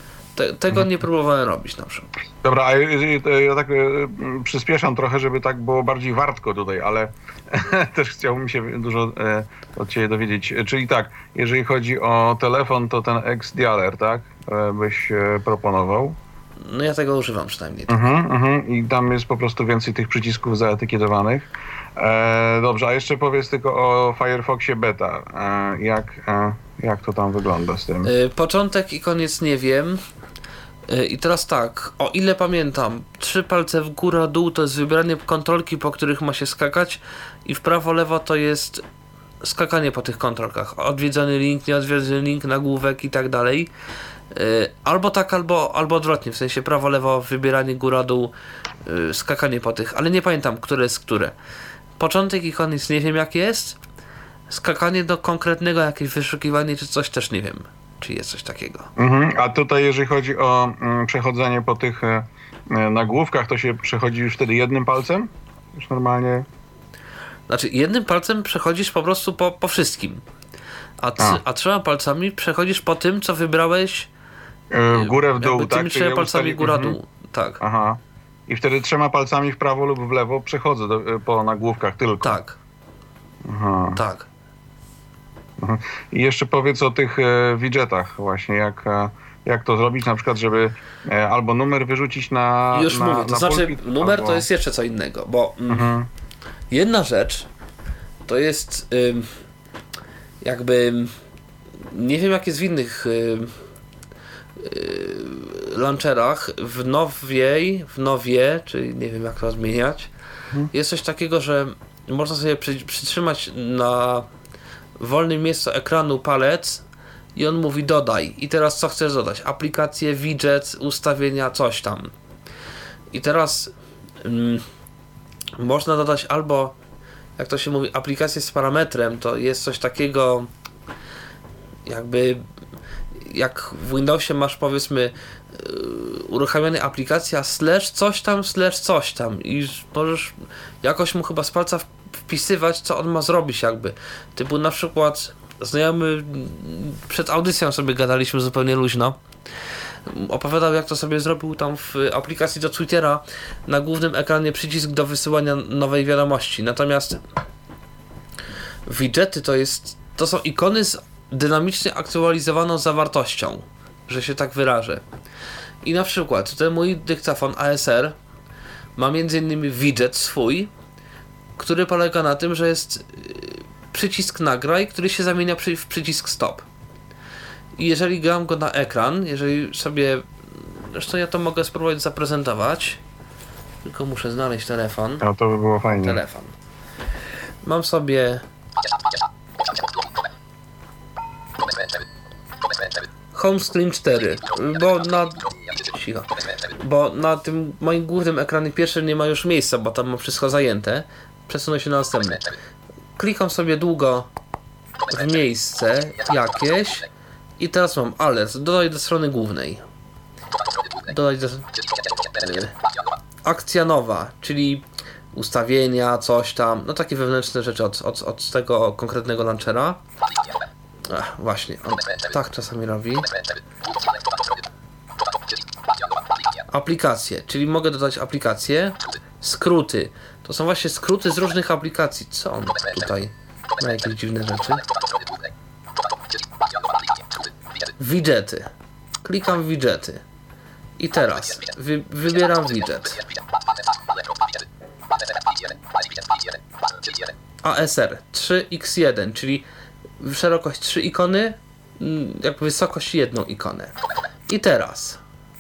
Te, tego nie próbowałem robić na przykład. Dobra, a jeżeli, to ja tak e, przyspieszam trochę, żeby tak było bardziej wartko tutaj, ale też chciałbym się dużo e, od Ciebie dowiedzieć. Czyli tak, jeżeli chodzi o telefon, to ten X-Dialer, tak, e, byś e, proponował? No ja tego używam przynajmniej. Mhm, mhm. I tam jest po prostu więcej tych przycisków zaetykietowanych. E, dobrze, a jeszcze powiedz tylko o Firefoxie Beta. E, jak, e, jak to tam wygląda z tym? Y, początek i koniec nie wiem. Y, I teraz tak, o ile pamiętam, trzy palce w górę, dół to jest wybieranie kontrolki, po których ma się skakać, i w prawo, lewo to jest skakanie po tych kontrolkach. Odwiedzony link, nieodwiedzony link, nagłówek i tak dalej. Y, albo tak, albo, albo odwrotnie, w sensie prawo, lewo, wybieranie góra, dół, y, skakanie po tych, ale nie pamiętam, które jest które. Początek i koniec nie wiem jak jest. Skakanie do konkretnego, jakieś wyszukiwanie czy coś też nie wiem, czy jest coś takiego. Mhm. A tutaj jeżeli chodzi o mm, przechodzenie po tych e, nagłówkach, to się przechodzi już wtedy jednym palcem? Już normalnie? Znaczy jednym palcem przechodzisz po prostu po, po wszystkim, a, ty, A. a trzema palcami przechodzisz po tym, co wybrałeś. E, w górę, w dół, jakby tak? tymi Czy trzema ja palcami ustali- góra, mhm. dół. Tak, Aha. I wtedy trzema palcami w prawo lub w lewo przechodzę do, po nagłówkach tylko. tak, Aha. tak. I jeszcze powiedz o tych e, widgetach właśnie, jak, e, jak to zrobić, na przykład, żeby e, albo numer wyrzucić na Już na, mówię, to na znaczy pulpit, numer albo... to jest jeszcze co innego, bo mm, Mhm. jedna rzecz to jest ym, jakby nie wiem jak jest w innych ym, y, launcherach, w nowiej, w nowie, czyli nie wiem jak to zmieniać, Mhm. jest coś takiego, że można sobie przy, przytrzymać na wolnym miejscu ekranu palec i on mówi dodaj. I teraz co chcesz dodać? Aplikacje, widget, ustawienia, coś tam. I teraz mm, można dodać albo, jak to się mówi, aplikację z parametrem, to jest coś takiego jakby jak w Windowsie masz powiedzmy yy, uruchamiane aplikacja slash coś tam, slash coś tam i możesz jakoś mu chyba z palca wpisywać, co on ma zrobić jakby. Typu na przykład znajomy przed audycją sobie gadaliśmy zupełnie luźno. Opowiadał jak to sobie zrobił tam w aplikacji do Twittera, na głównym ekranie przycisk do wysyłania nowej wiadomości. Natomiast widgety to jest to są ikony z dynamicznie aktualizowaną zawartością, że się tak wyrażę. I na przykład ten mój dyktafon A S R ma między innymi widget swój, który polega na tym, że jest przycisk nagraj, który się zamienia w przycisk stop. I jeżeli gram go na ekran, jeżeli sobie, zresztą ja to mogę spróbować zaprezentować, tylko muszę znaleźć telefon. No to by było fajnie. Telefon. Mam sobie Home Screen cztery, bo na cicho, bo na tym moim głównym ekranie pierwszym nie ma już miejsca, bo tam mam wszystko zajęte. Przesunę się na następny. Klikam sobie długo w miejsce jakieś i teraz mam alert, dodaj do strony głównej. Dodaj do... Akcja nowa, czyli ustawienia, coś tam, no takie wewnętrzne rzeczy od, od, od tego konkretnego launchera. Ach, właśnie, on tak czasami robi. Aplikacje, czyli mogę dodać aplikacje. Skróty, to są właśnie skróty z różnych aplikacji. Co on tutaj ma jakieś dziwne rzeczy? Widgety. Klikam w widgety. I teraz wy, wybieram widget. A S R trzy iks jeden, czyli szerokość trzy ikony, jakby wysokość jedną ikonę. I teraz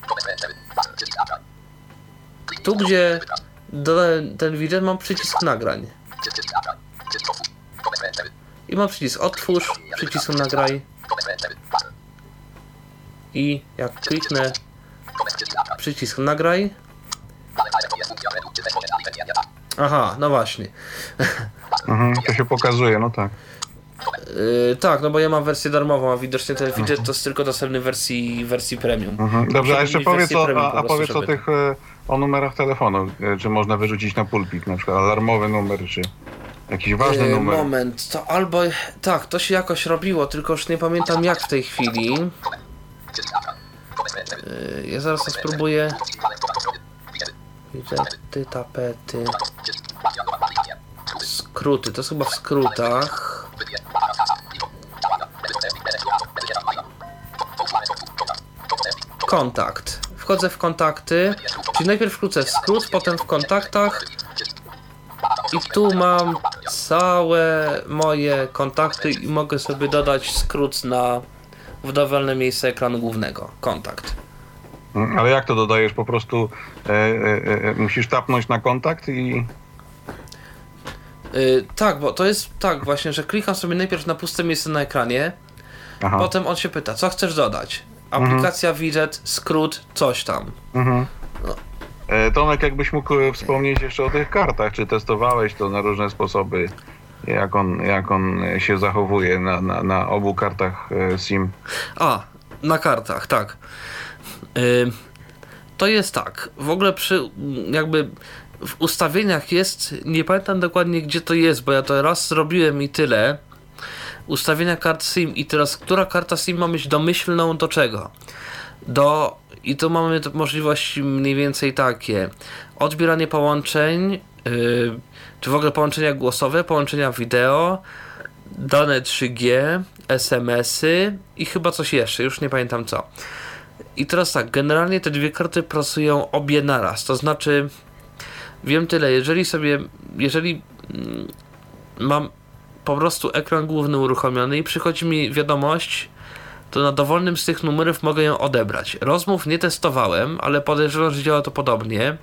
tu, gdzie dodałem ten widget, mam przycisk nagrań. I mam przycisk otwórz, przycisk nagraj. I jak kliknę przycisk nagraj. Aha, no właśnie. Mhm, to się pokazuje, no tak. Yy, tak, no bo ja mam wersję darmową, a widocznie ten widget to jest tylko dostępny w wersji, wersji premium. Mhm. Dobrze, a jeszcze Mieć powiedz wersję o, premium a, po a prostu, powiedz o żeby tych, e, o numerach telefonu, e, czy można wyrzucić na pulpit, na przykład alarmowy numer, czy jakiś ważny Yy, numer. Moment, to albo... Tak, to się jakoś robiło, tylko już nie pamiętam jak w tej chwili. Yy, ja zaraz to spróbuję. Widgety, tapety. Skróty, to jest chyba w skrótach. Kontakt. Wchodzę w kontakty, czyli najpierw wkrótce w skrót, potem w kontaktach i tu mam całe moje kontakty i mogę sobie dodać skrót na w dowolne miejsce ekranu głównego. Kontakt. Ale jak to dodajesz? Po prostu e, e, e, musisz tapnąć na kontakt i... Yy, tak, bo to jest tak właśnie, że klikam sobie najpierw na puste miejsce na ekranie, Aha. potem on się pyta, co chcesz dodać? Aplikacja, mhm. widget, skrót, coś tam. Mhm. No. E, Tomek, jakbyś mógł wspomnieć jeszcze o tych kartach, czy testowałeś to na różne sposoby, jak on, jak on się zachowuje na, na, na obu kartach SIM? A, na kartach, tak. Yy, to jest tak, w ogóle przy jakby w ustawieniach jest, nie pamiętam dokładnie gdzie to jest, bo ja to raz zrobiłem i tyle. Ustawienia kart SIM i teraz, która karta SIM ma być domyślną do czego? Do, i tu mamy możliwości mniej więcej takie: odbieranie połączeń, yy, czy w ogóle połączenia głosowe, połączenia wideo, dane trzy G, es em esy i chyba coś jeszcze, już nie pamiętam co. I teraz tak, generalnie te dwie karty pracują obie naraz, to znaczy wiem tyle, jeżeli sobie, jeżeli mm, mam po prostu ekran główny uruchomiony i przychodzi mi wiadomość, to na dowolnym z tych numerów mogę ją odebrać. Rozmów nie testowałem, ale podejrzewam, że działa to podobnie.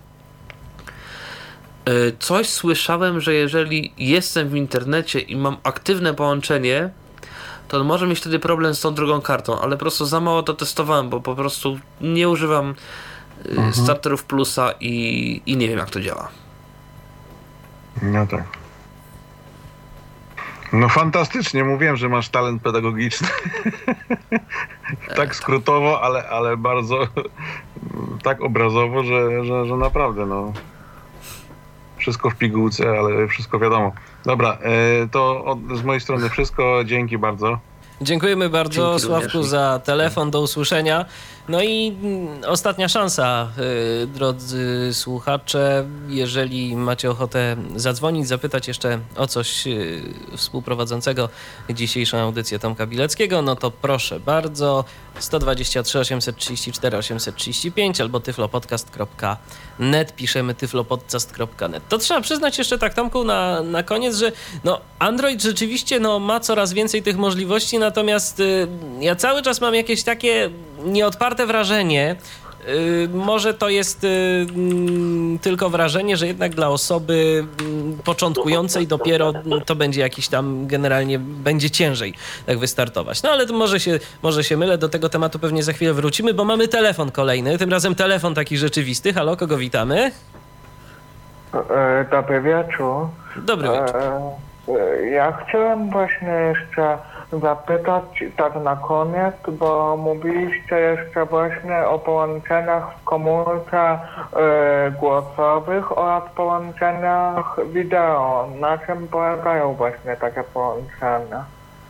Coś słyszałem, że jeżeli jestem w internecie i mam aktywne połączenie, to może mieć wtedy problem z tą drugą kartą, ale po prostu za mało to testowałem, bo po prostu nie używam mhm. starterów plusa i, i nie wiem, jak to działa. No tak. No fantastycznie, mówiłem, że masz talent pedagogiczny. Tak skrótowo, ale, ale bardzo tak obrazowo, że, że, że naprawdę no wszystko w pigułce, ale wszystko wiadomo. Dobra, to od, z mojej strony wszystko. Dzięki bardzo. Dziękujemy bardzo, Dzięki Sławku, również. za telefon. Do usłyszenia. No i ostatnia szansa, yy, drodzy słuchacze, jeżeli macie ochotę zadzwonić, zapytać jeszcze o coś yy, współprowadzącego dzisiejszą audycję Tomka Bileckiego, no to proszę bardzo, sto dwadzieścia trzy osiemset trzydzieści cztery osiemset trzydzieści pięć albo tyflopodcast kropka net, piszemy tyflopodcast kropka net. To trzeba przyznać jeszcze tak, Tomku, na, na koniec, że no, Android rzeczywiście no, ma coraz więcej tych możliwości, natomiast yy, ja cały czas mam jakieś takie nieodparte wrażenie, yy, może to jest yy, tylko wrażenie, że jednak dla osoby yy, początkującej dopiero yy, to będzie jakiś tam, generalnie będzie ciężej tak wystartować. No ale to może się, może się mylę, do tego tematu pewnie za chwilę wrócimy, bo mamy telefon kolejny, tym razem telefon taki rzeczywisty. Halo, kogo witamy? E, dobry wieczór. Dobry wieczór. E, ja chciałem właśnie jeszcze zapytać tak na koniec, bo mówiliście jeszcze właśnie o połączeniach w komórce e, głosowych oraz połączeniach wideo. Na czym polegają właśnie takie połączenia?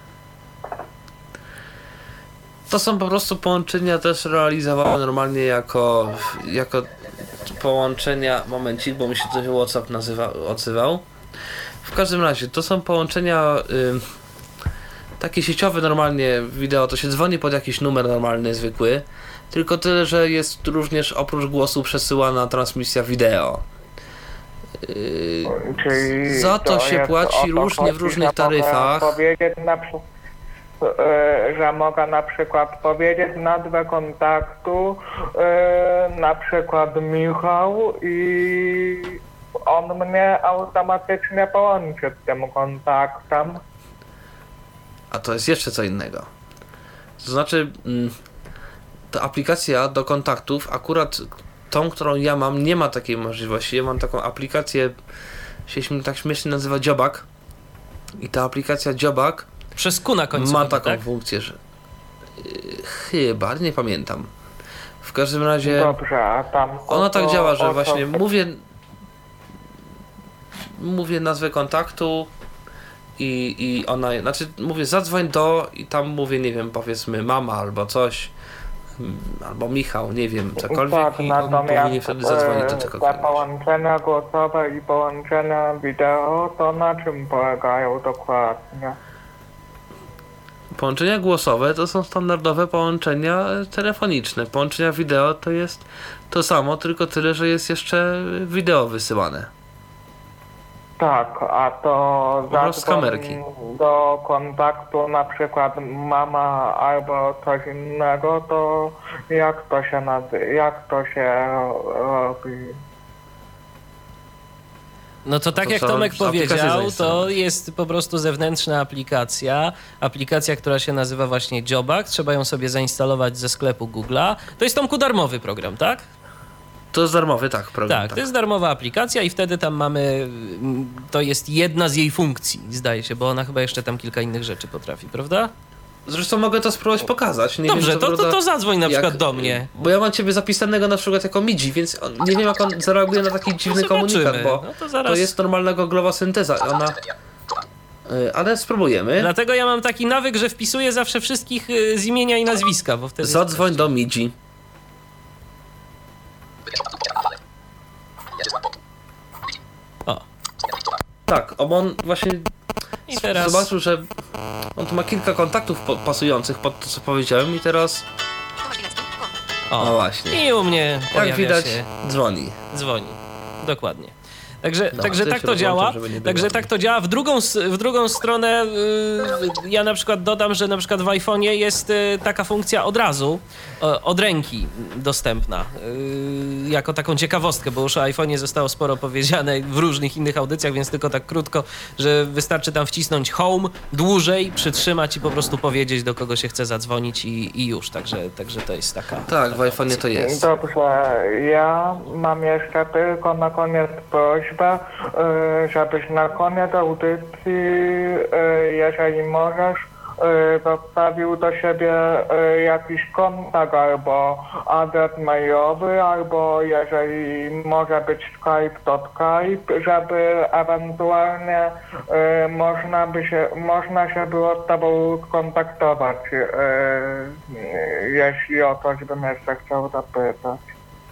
To są po prostu połączenia też realizowane normalnie jako, jako połączenia, momencik, bo mi się to WhatsApp nazywa, odzywał. W każdym razie, to są połączenia y, takie sieciowe normalnie, wideo, to się dzwoni pod jakiś numer normalny, zwykły, tylko tyle, że jest również oprócz głosu przesyłana transmisja wideo. Y, Czyli za to, to się jest płaci o to różnie w chodzi, różnych że taryfach. mogę powiedzieć na przykład, e, że mogę na przykład powiedzieć nazwę kontaktu, e, na przykład Michał, i on mnie automatycznie połączy z tym kontaktem. A to jest jeszcze co innego. To znaczy, mm, ta aplikacja do kontaktów, akurat tą, którą ja mam, nie ma takiej możliwości. Ja mam taką aplikację, się tak śmiesznie nazywa Dziobak. I ta aplikacja Dziobak Przez Q na końcu. ma chyba, taką tak? funkcję, że yy, chyba, nie pamiętam. W każdym razie Dobrze, a tam... ona tak o- działa, o że co- właśnie mówię mówię nazwę kontaktu i, i ona, znaczy mówię zadzwoń do i tam mówię, nie wiem, powiedzmy mama albo coś, albo Michał, nie wiem, cokolwiek Tak, i on powinien natomiast wtedy zadzwonić do e, tego te kogoś. połączenia głosowe i połączenia wideo, to na czym polegają dokładnie? Połączenia głosowe to są standardowe połączenia telefoniczne. Połączenia wideo to jest to samo, tylko tyle, że jest jeszcze wideo wysyłane. Tak, a to Po prostu z zadzwoń kamerki. do kontaktu na przykład mama albo coś innego, to jak to się nazywa, jak to się robi? No to tak To jak trzeba Tomek aplikację powiedział, to zainstalować. jest po prostu zewnętrzna aplikacja, aplikacja, która się nazywa właśnie Dziobak, trzeba ją sobie zainstalować ze sklepu Google'a. To jest Tomku darmowy program, tak? To jest darmowy, tak, program. Tak, to jest darmowa aplikacja i wtedy tam mamy, mm, to jest jedna z jej funkcji, zdaje się, bo ona chyba jeszcze tam kilka innych rzeczy potrafi, prawda? Zresztą mogę to spróbować pokazać. Nie Dobrze, wiem, co to, to, prawda, to zadzwoń na jak- przykład do mnie. Bo ja mam ciebie zapisanego na przykład jako Midzi, więc on, nie wiem jak on zareaguje na taki dziwny Zobaczymy. komunikat, bo No to zaraz- to jest normalna googlowa synteza. Ona... Y, Ale spróbujemy. Dlatego ja mam taki nawyk, że wpisuję zawsze wszystkich y, z imienia i nazwiska, bo wtedy... Zadzwoń do Midzi. O, Tak, bo on właśnie i teraz... zobaczył, że on tu ma kilka kontaktów po, pasujących pod to, co powiedziałem i teraz, O, no właśnie, i u mnie jak pojawia widać, się... dzwoni. dzwoni. Dokładnie. Także, No, także to tak się to rozłączam, działa. żeby nie było. Także tak to działa. W drugą, s- w drugą stronę yy, ja na przykład dodam, że na przykład w iPhone'ie jest yy, taka funkcja od razu, yy, od ręki dostępna. Yy, jako taką ciekawostkę, bo już o iPhone'ie zostało sporo powiedziane w różnych innych audycjach, więc tylko tak krótko, że wystarczy tam wcisnąć home, dłużej, przytrzymać i po prostu powiedzieć, do kogo się chce zadzwonić i, i już. Także, także to jest taka... Tak, w iPhone'ie to jest. Dobrze, ja mam jeszcze tylko na koniec prośbę, y, żebyś na koniec audycji, y, jeżeli możesz, y, zostawił do siebie y, jakiś kontakt albo adres mailowy, albo jeżeli może być Skype, to Skype, żeby ewentualnie y, można by się, można się było z tobą skontaktować, y, y, jeśli o coś bym jeszcze chciał zapytać.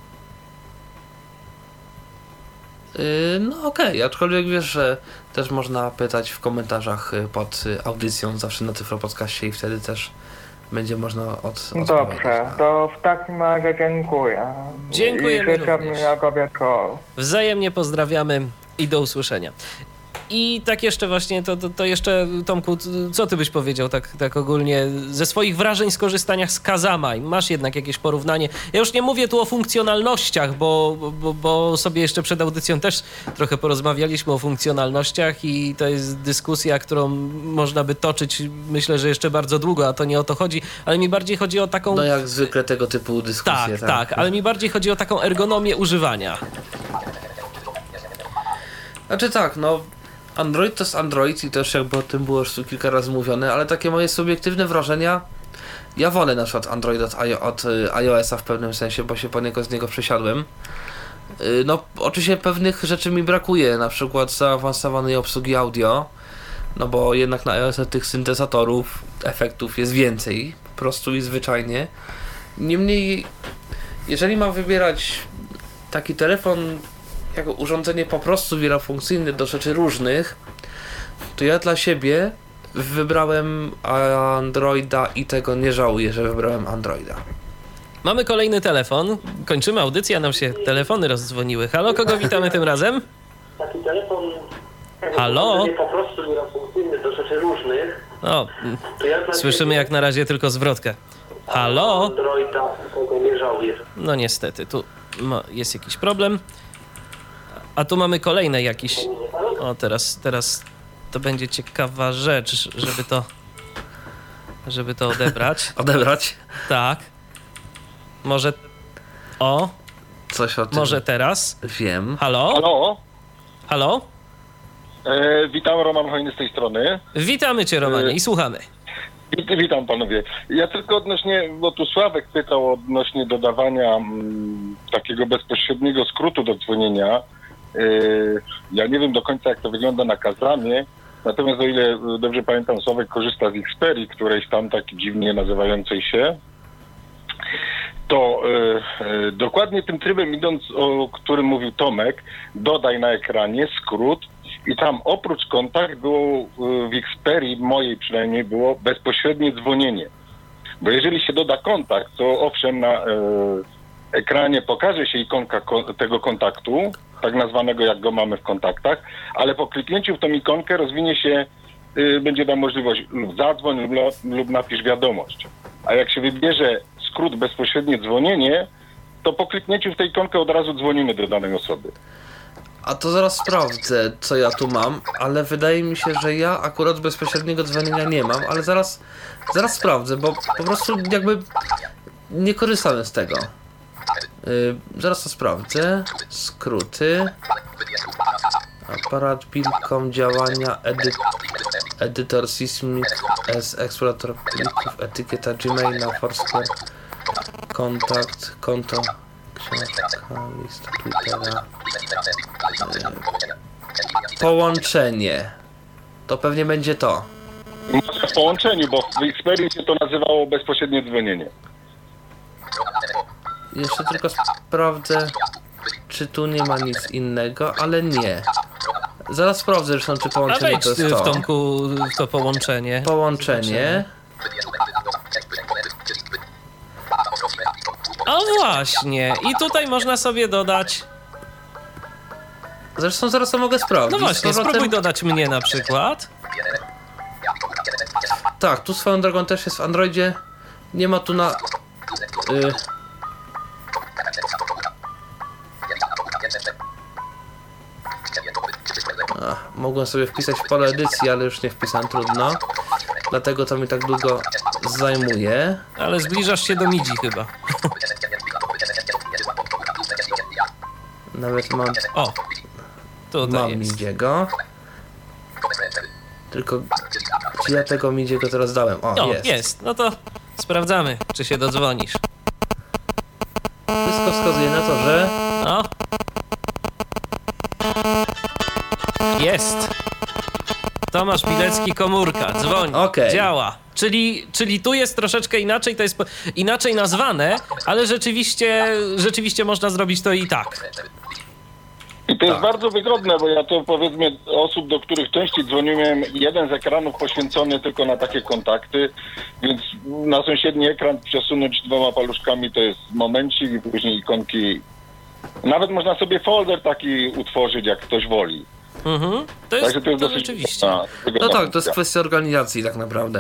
Yy, No okej, aczkolwiek wiesz, że też można pytać w komentarzach y, pod y, audycją, zawsze na Tyflopodcaście i wtedy też będzie można od, odpowiedzieć. Dobrze, to w takim razie dziękuję. Dziękujemy I życzę również. miłego wieczoru. Wzajemnie pozdrawiamy i do usłyszenia. I tak jeszcze właśnie, to, to, to jeszcze Tomku, co ty byś powiedział tak, tak ogólnie ze swoich wrażeń z korzystania z Kazama? Masz jednak jakieś porównanie? Ja już nie mówię tu o funkcjonalnościach, bo, bo, bo sobie jeszcze przed audycją też trochę porozmawialiśmy o funkcjonalnościach i to jest dyskusja, którą można by toczyć, myślę, że jeszcze bardzo długo, a to nie o to chodzi, ale mi bardziej chodzi o taką... No jak zwykle tego typu dyskusje. Tak, tak, ale mi bardziej chodzi o taką ergonomię używania. Znaczy tak, no Android to jest Android i też jakby o tym było już tu kilka razy mówione, ale takie moje subiektywne wrażenia, ja wolę na przykład Android od, I- od y, iOS-a w pewnym sensie, bo się poniekąd z niego przesiadłem. Y, No oczywiście pewnych rzeczy mi brakuje, na przykład zaawansowanej obsługi audio, no bo jednak na iOS tych syntezatorów, efektów jest więcej, po prostu i zwyczajnie. Niemniej, jeżeli mam wybierać taki telefon jako urządzenie po prostu wielofunkcyjne do rzeczy różnych, to ja dla siebie wybrałem Androida i tego nie żałuję, że wybrałem Androida. Mamy kolejny telefon. Kończymy audycję, a nam się telefony rozdzwoniły. Halo, kogo witamy tym razem? Taki telefon Halo? nie po prostu wielofunkcyjny do rzeczy różnych. O, To ja dla słyszymy jak na razie tylko zwrotkę. Halo? Androida tego nie żałuję. No niestety, tu ma- jest jakiś problem. A tu mamy kolejne jakiś... O, teraz, teraz to będzie ciekawa rzecz, żeby to... Żeby to odebrać. Odebrać? Tak. Może... O, Coś o tym może teraz. wiem. Halo? Halo, Halo? e, witam, Roman Hojny z tej strony. Witamy cię, Romanie, i słuchamy. Wit, witam panowie. Ja tylko odnośnie, bo tu Sławek pytał odnośnie dodawania mm, takiego bezpośredniego skrótu do dzwonienia. E, ja nie wiem do końca jak to wygląda na Kazamie, natomiast o ile dobrze pamiętam, Sławek korzysta z Xperii, którejś tam tak dziwnie nazywającej się. to e, e, dokładnie tym trybem idąc, o którym mówił Tomek, dodaj na ekranie skrót i tam oprócz kontakt było e, w Xperii, mojej przynajmniej, było bezpośrednie dzwonienie. Bo jeżeli się doda kontakt, to owszem na e, ekranie pokaże się ikonka ko- tego kontaktu, tak nazwanego jak go mamy w kontaktach, ale po kliknięciu w tą ikonkę rozwinie się, y, będzie tam możliwość lub zadzwoń lub, lub napisz wiadomość. A jak się wybierze skrót bezpośrednie dzwonienie, to po kliknięciu w tę ikonkę od razu dzwonimy do danej osoby. A to zaraz sprawdzę, co ja tu mam, ale wydaje mi się, że ja akurat bezpośredniego dzwonienia nie mam, ale zaraz, zaraz sprawdzę, bo po prostu jakby nie korzystałem z tego. Yy, zaraz to sprawdzę. Skróty. Aparat, Bilcom, działania, edy edytor Sysmic, S, eksplorator plików, etykieta Gmaila, Foursquare, kontakt, konto, książka, lista Twittera. Yy, połączenie. To pewnie będzie to. Może w połączeniu, bo w Xperii się to nazywało bezpośrednie dzwonienie. Jeszcze tylko sprawdzę, czy tu nie ma nic innego, ale nie. Zaraz sprawdzę zresztą, czy A połączenie wejdź to jest w to. Tomku w to połączenie. Połączenie. O właśnie, i tutaj można sobie dodać. Zresztą zaraz to mogę sprawdzić. No właśnie, Z powrotem- spróbuj dodać mnie na przykład. Tak, tu swoją drogą też jest w Androidzie. Nie ma tu na... Y... Ach, mogłem sobie wpisać w pole edycji, ale już nie wpisałem, trudno. Dlatego to mi tak długo zajmuje. Ale zbliżasz się do MIDI chyba. Nawet mam... O, tutaj Mam jest. Midiego. Tylko gdzie ja tego Midiego teraz dałem? O, O, jest. jest. No to sprawdzamy, czy się dodzwonisz. Wszystko wskazuje na to, że... No. Jest. Tomasz Pilecki, komórka, dzwoni, Okej. działa. Czyli, czyli tu jest troszeczkę inaczej, to jest po, inaczej nazwane, ale rzeczywiście, rzeczywiście można zrobić to i tak. I to jest Tak. bardzo wygodne, bo ja to powiedzmy osób, do których częściej dzwoniłem, miałem jeden z ekranów poświęcony tylko na takie kontakty, więc na sąsiedni ekran przesunąć dwoma paluszkami to jest momencik i później ikonki. Nawet można sobie folder taki utworzyć, jak ktoś woli. Mhm. To jest, Także to jest to dosyć rzeczywiście. wygodna- wygodna No tak, to jest funkcja. kwestia organizacji tak naprawdę.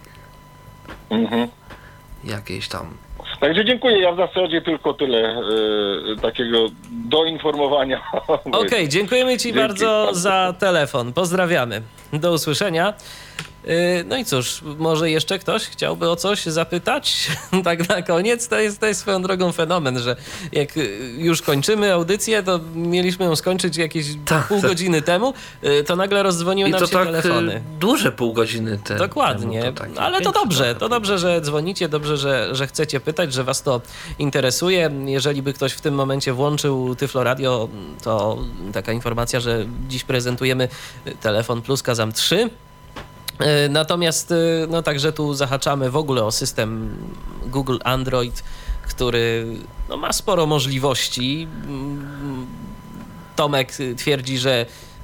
Mhm. Jakiejś tam. Także dziękuję, ja w zasadzie tylko tyle e, takiego doinformowania. Okej, dziękujemy Ci Dzięki. bardzo za telefon. Pozdrawiamy. Do usłyszenia. Yy, No i cóż, może jeszcze ktoś chciałby o coś zapytać? Tak na koniec, to jest, to jest swoją drogą fenomen, że jak y, już kończymy audycję, to mieliśmy ją skończyć jakieś Tak, pół tak. godziny temu, y, to nagle rozdzwoniły I nam to się tak telefony. y, duże pół godziny te, Dokładnie, temu, to takie ale to większe dobrze, trochę. to dobrze, że dzwonicie, dobrze, że, że chcecie pytać, że was to interesuje. Jeżeli by ktoś w tym momencie włączył Tyflo Radio, to taka informacja, że dziś prezentujemy telefon Plus Kazam trzy. Natomiast no także tu zahaczamy w ogóle o system Google Android, który no, ma sporo możliwości. Tomek twierdzi, że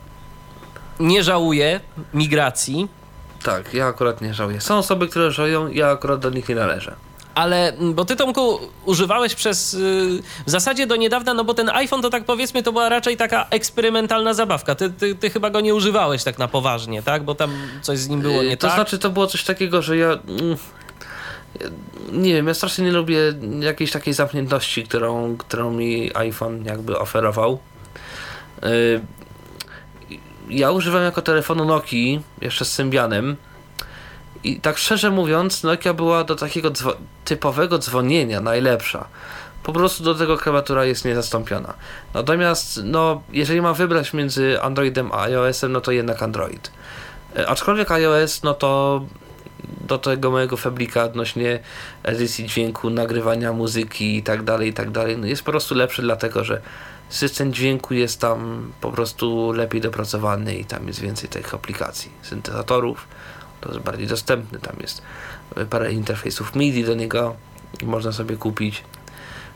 nie żałuje migracji. Tak, ja akurat nie żałuję. Są osoby, które żałują, ja akurat do nich nie należę. Ale, bo ty, Tomku, używałeś przez, w zasadzie do niedawna, no bo ten iPhone to tak powiedzmy, to była raczej taka eksperymentalna zabawka. Ty, ty, ty chyba go nie używałeś tak na poważnie, tak? Bo tam coś z nim było nie Yy, To tak. znaczy, to było coś takiego, że ja... mm, ja nie wiem, ja strasznie nie lubię jakiejś takiej zamkniętości, którą, którą mi iPhone jakby oferował. Yy, Ja używam jako telefonu Nokii, jeszcze z Symbianem. I tak szczerze mówiąc, Nokia była do takiego dzwo- typowego dzwonienia najlepsza. Po prostu do tego klawiatura jest niezastąpiona. Natomiast, no, jeżeli mam wybrać między Androidem a iOS-em, no to jednak Android. E, aczkolwiek iOS, no to do tego mojego feblika odnośnie edycji dźwięku, nagrywania muzyki i tak dalej, i tak dalej, no jest po prostu lepszy, dlatego że system dźwięku jest tam po prostu lepiej dopracowany i tam jest więcej tych aplikacji, syntezatorów. To jest bardziej dostępny, tam jest parę interfejsów MIDI do niego, można sobie kupić.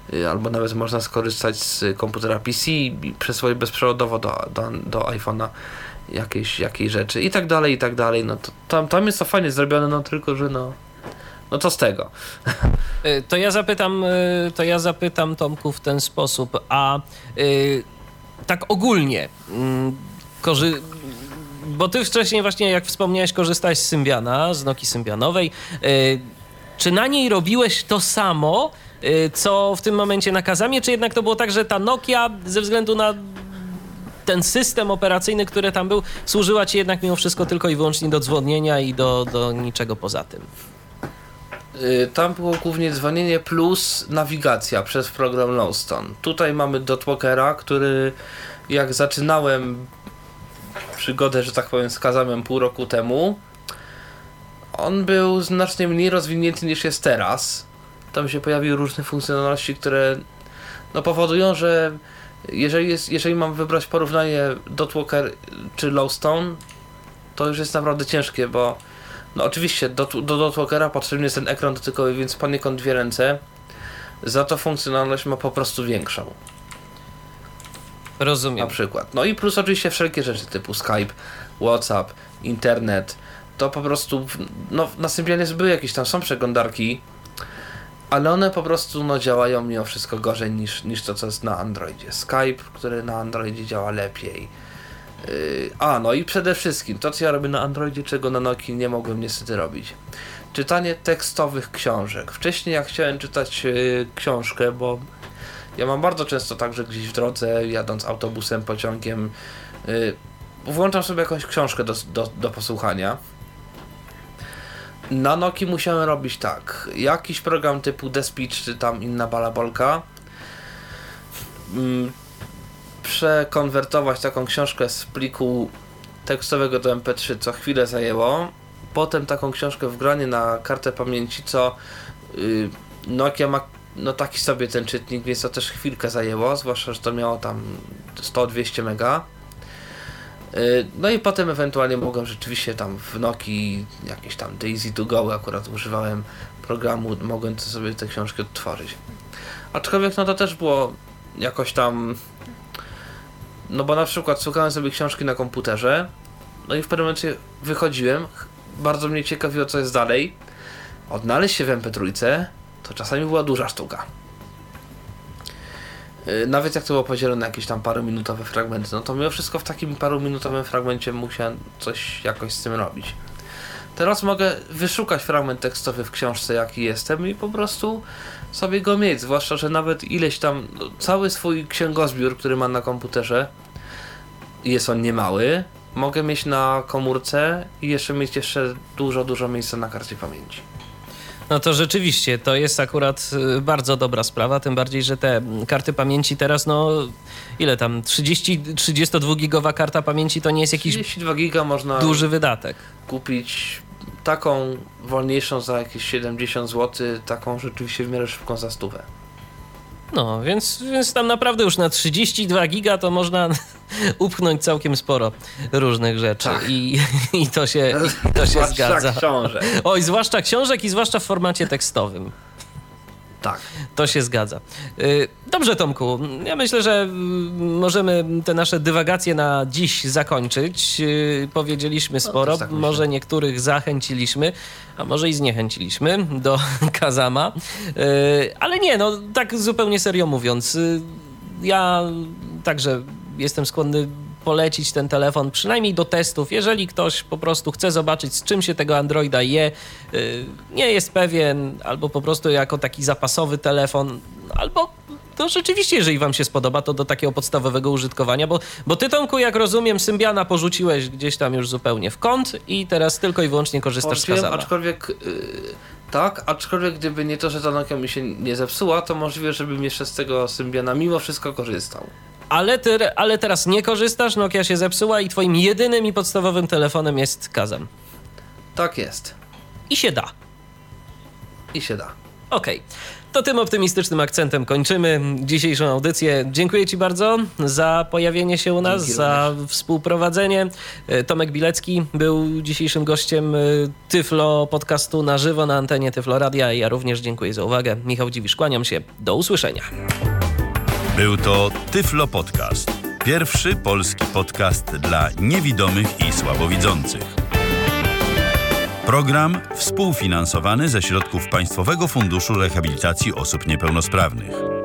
y, albo nawet można skorzystać z komputera P C i przesłać bezprzewodowo do, do, do iPhone'a jakieś, jakieś rzeczy i tak dalej, i tak dalej. No to tam, tam jest to fajnie zrobione, no tylko, że no no to z tego. To ja zapytam, to ja zapytam Tomku w ten sposób, a y, tak ogólnie, y, korzy... bo ty wcześniej właśnie, jak wspomniałeś, korzystałeś z Symbiana, z Nokii Symbianowej. Y, czy na niej robiłeś to samo, y, co w tym momencie na Kazamie, czy jednak to było tak, że ta Nokia ze względu na ten system operacyjny, który tam był, służyła ci jednak mimo wszystko tylko i wyłącznie do dzwonienia i do, do niczego poza tym? Tam było głównie dzwonienie plus nawigacja przez program Lowstone. Tutaj mamy Dotwalkera, który jak zaczynałem przygodę, że tak powiem, z Kazamem pół roku temu, on był znacznie mniej rozwinięty niż jest teraz. Tam się pojawiły różne funkcjonalności, które no, powodują, że jeżeli, jest, jeżeli mam wybrać porównanie Dotwalker czy Lowstone, to już jest naprawdę ciężkie, bo no oczywiście do, do Dotwalkera potrzebny jest ten ekran dotykowy, więc poniekąd dwie ręce. Za to funkcjonalność ma po prostu większą. Rozumiem. Na przykład. No i plus oczywiście wszelkie rzeczy typu Skype, WhatsApp, internet. To po prostu, no na Symbianie były jakieś tam, są przeglądarki, ale one po prostu no, działają mimo wszystko gorzej niż, niż to, co jest na Androidzie. Skype, który na Androidzie działa lepiej. Yy, a, no i przede wszystkim to, co ja robię na Androidzie, czego na Nokii nie mogłem niestety robić. Czytanie tekstowych książek. Wcześniej jak chciałem czytać yy, książkę, bo ja mam bardzo często tak, że gdzieś w drodze, jadąc autobusem, pociągiem, yy, włączam sobie jakąś książkę do, do, do posłuchania. Na Nokii musiałem robić tak. Jakiś program typu DeSpeech, czy tam inna balabolka. Yy, przekonwertować taką książkę z pliku tekstowego do em pe trzy, co chwilę zajęło. Potem taką książkę wgranie na kartę pamięci, co yy, Nokia ma no taki sobie ten czytnik, więc to też chwilkę zajęło, zwłaszcza, że to miało tam sto dwieście mega. Yy, no i potem ewentualnie mogłem rzeczywiście tam w Nokii jakieś tam Daisy to Go, akurat używałem programu, mogłem sobie te książki odtworzyć. Aczkolwiek no to też było jakoś tam. No bo na przykład słuchałem sobie książki na komputerze, no i w pewnym momencie wychodziłem, bardzo mnie ciekawiło, co jest dalej. Odnaleźć się w em pe trzy to czasami była duża sztuka. Yy, nawet jak to było podzielone na jakieś tam paruminutowe fragmenty, no to mimo wszystko w takim paruminutowym fragmencie musiałem coś jakoś z tym robić. Teraz mogę wyszukać fragment tekstowy w książce, jaki jestem i po prostu sobie go mieć, zwłaszcza, że nawet ileś tam, no, cały swój księgozbiór, który mam na komputerze, jest on niemały, mogę mieć na komórce i jeszcze mieć jeszcze dużo, dużo miejsca na karcie pamięci. No to rzeczywiście, to jest akurat bardzo dobra sprawa, tym bardziej, że te karty pamięci teraz, no ile tam, trzydzieści, trzydziestodwugigowa karta pamięci to nie jest jakiś trzydzieści dwa giga można duży wydatek. Kupić taką wolniejszą za jakieś siedemdziesiąt złotych, taką rzeczywiście w miarę szybką za stówę. No, więc, więc tam naprawdę już na trzydzieści dwa giga to można upchnąć całkiem sporo różnych rzeczy. Tak. I, i to się, i to się zgadza. Książek. Oj, zwłaszcza książek i zwłaszcza w formacie tekstowym. Tak. To się zgadza. Dobrze, Tomku, ja myślę, że możemy te nasze dywagacje na dziś zakończyć. Powiedzieliśmy sporo, no, tak może niektórych zachęciliśmy, a może i zniechęciliśmy do Kazama. Ale nie, no tak zupełnie serio mówiąc, ja także jestem skłonny polecić ten telefon, przynajmniej do testów, jeżeli ktoś po prostu chce zobaczyć, z czym się tego Androida je, nie jest pewien, albo po prostu jako taki zapasowy telefon, albo to rzeczywiście, jeżeli wam się spodoba, to do takiego podstawowego użytkowania, bo, bo ty, Tomku, jak rozumiem, Symbiana porzuciłeś gdzieś tam już zupełnie w kąt i teraz tylko i wyłącznie korzystasz z Kazama. Aczkolwiek, yy, tak, aczkolwiek gdyby nie to, że ta Nokia mi się nie zepsuła, to możliwe, żebym jeszcze z tego Symbiana mimo wszystko korzystał. Ale, ty, ale teraz nie korzystasz, Nokia się zepsuła i twoim jedynym i podstawowym telefonem jest Kazam. Tak jest. I się da. I się da. Okej. To tym optymistycznym akcentem kończymy dzisiejszą audycję. Dziękuję Ci bardzo za pojawienie się u nas, Dzięki za również. współprowadzenie. Tomek Bilecki był dzisiejszym gościem Tyflo podcastu na żywo na antenie Tyflo Radia. Ja również dziękuję za uwagę. Michał Dziwisz, kłaniam się. Do usłyszenia. Był to Tyflo Podcast. Pierwszy polski podcast dla niewidomych i słabowidzących. Program współfinansowany ze środków Państwowego Funduszu Rehabilitacji Osób Niepełnosprawnych.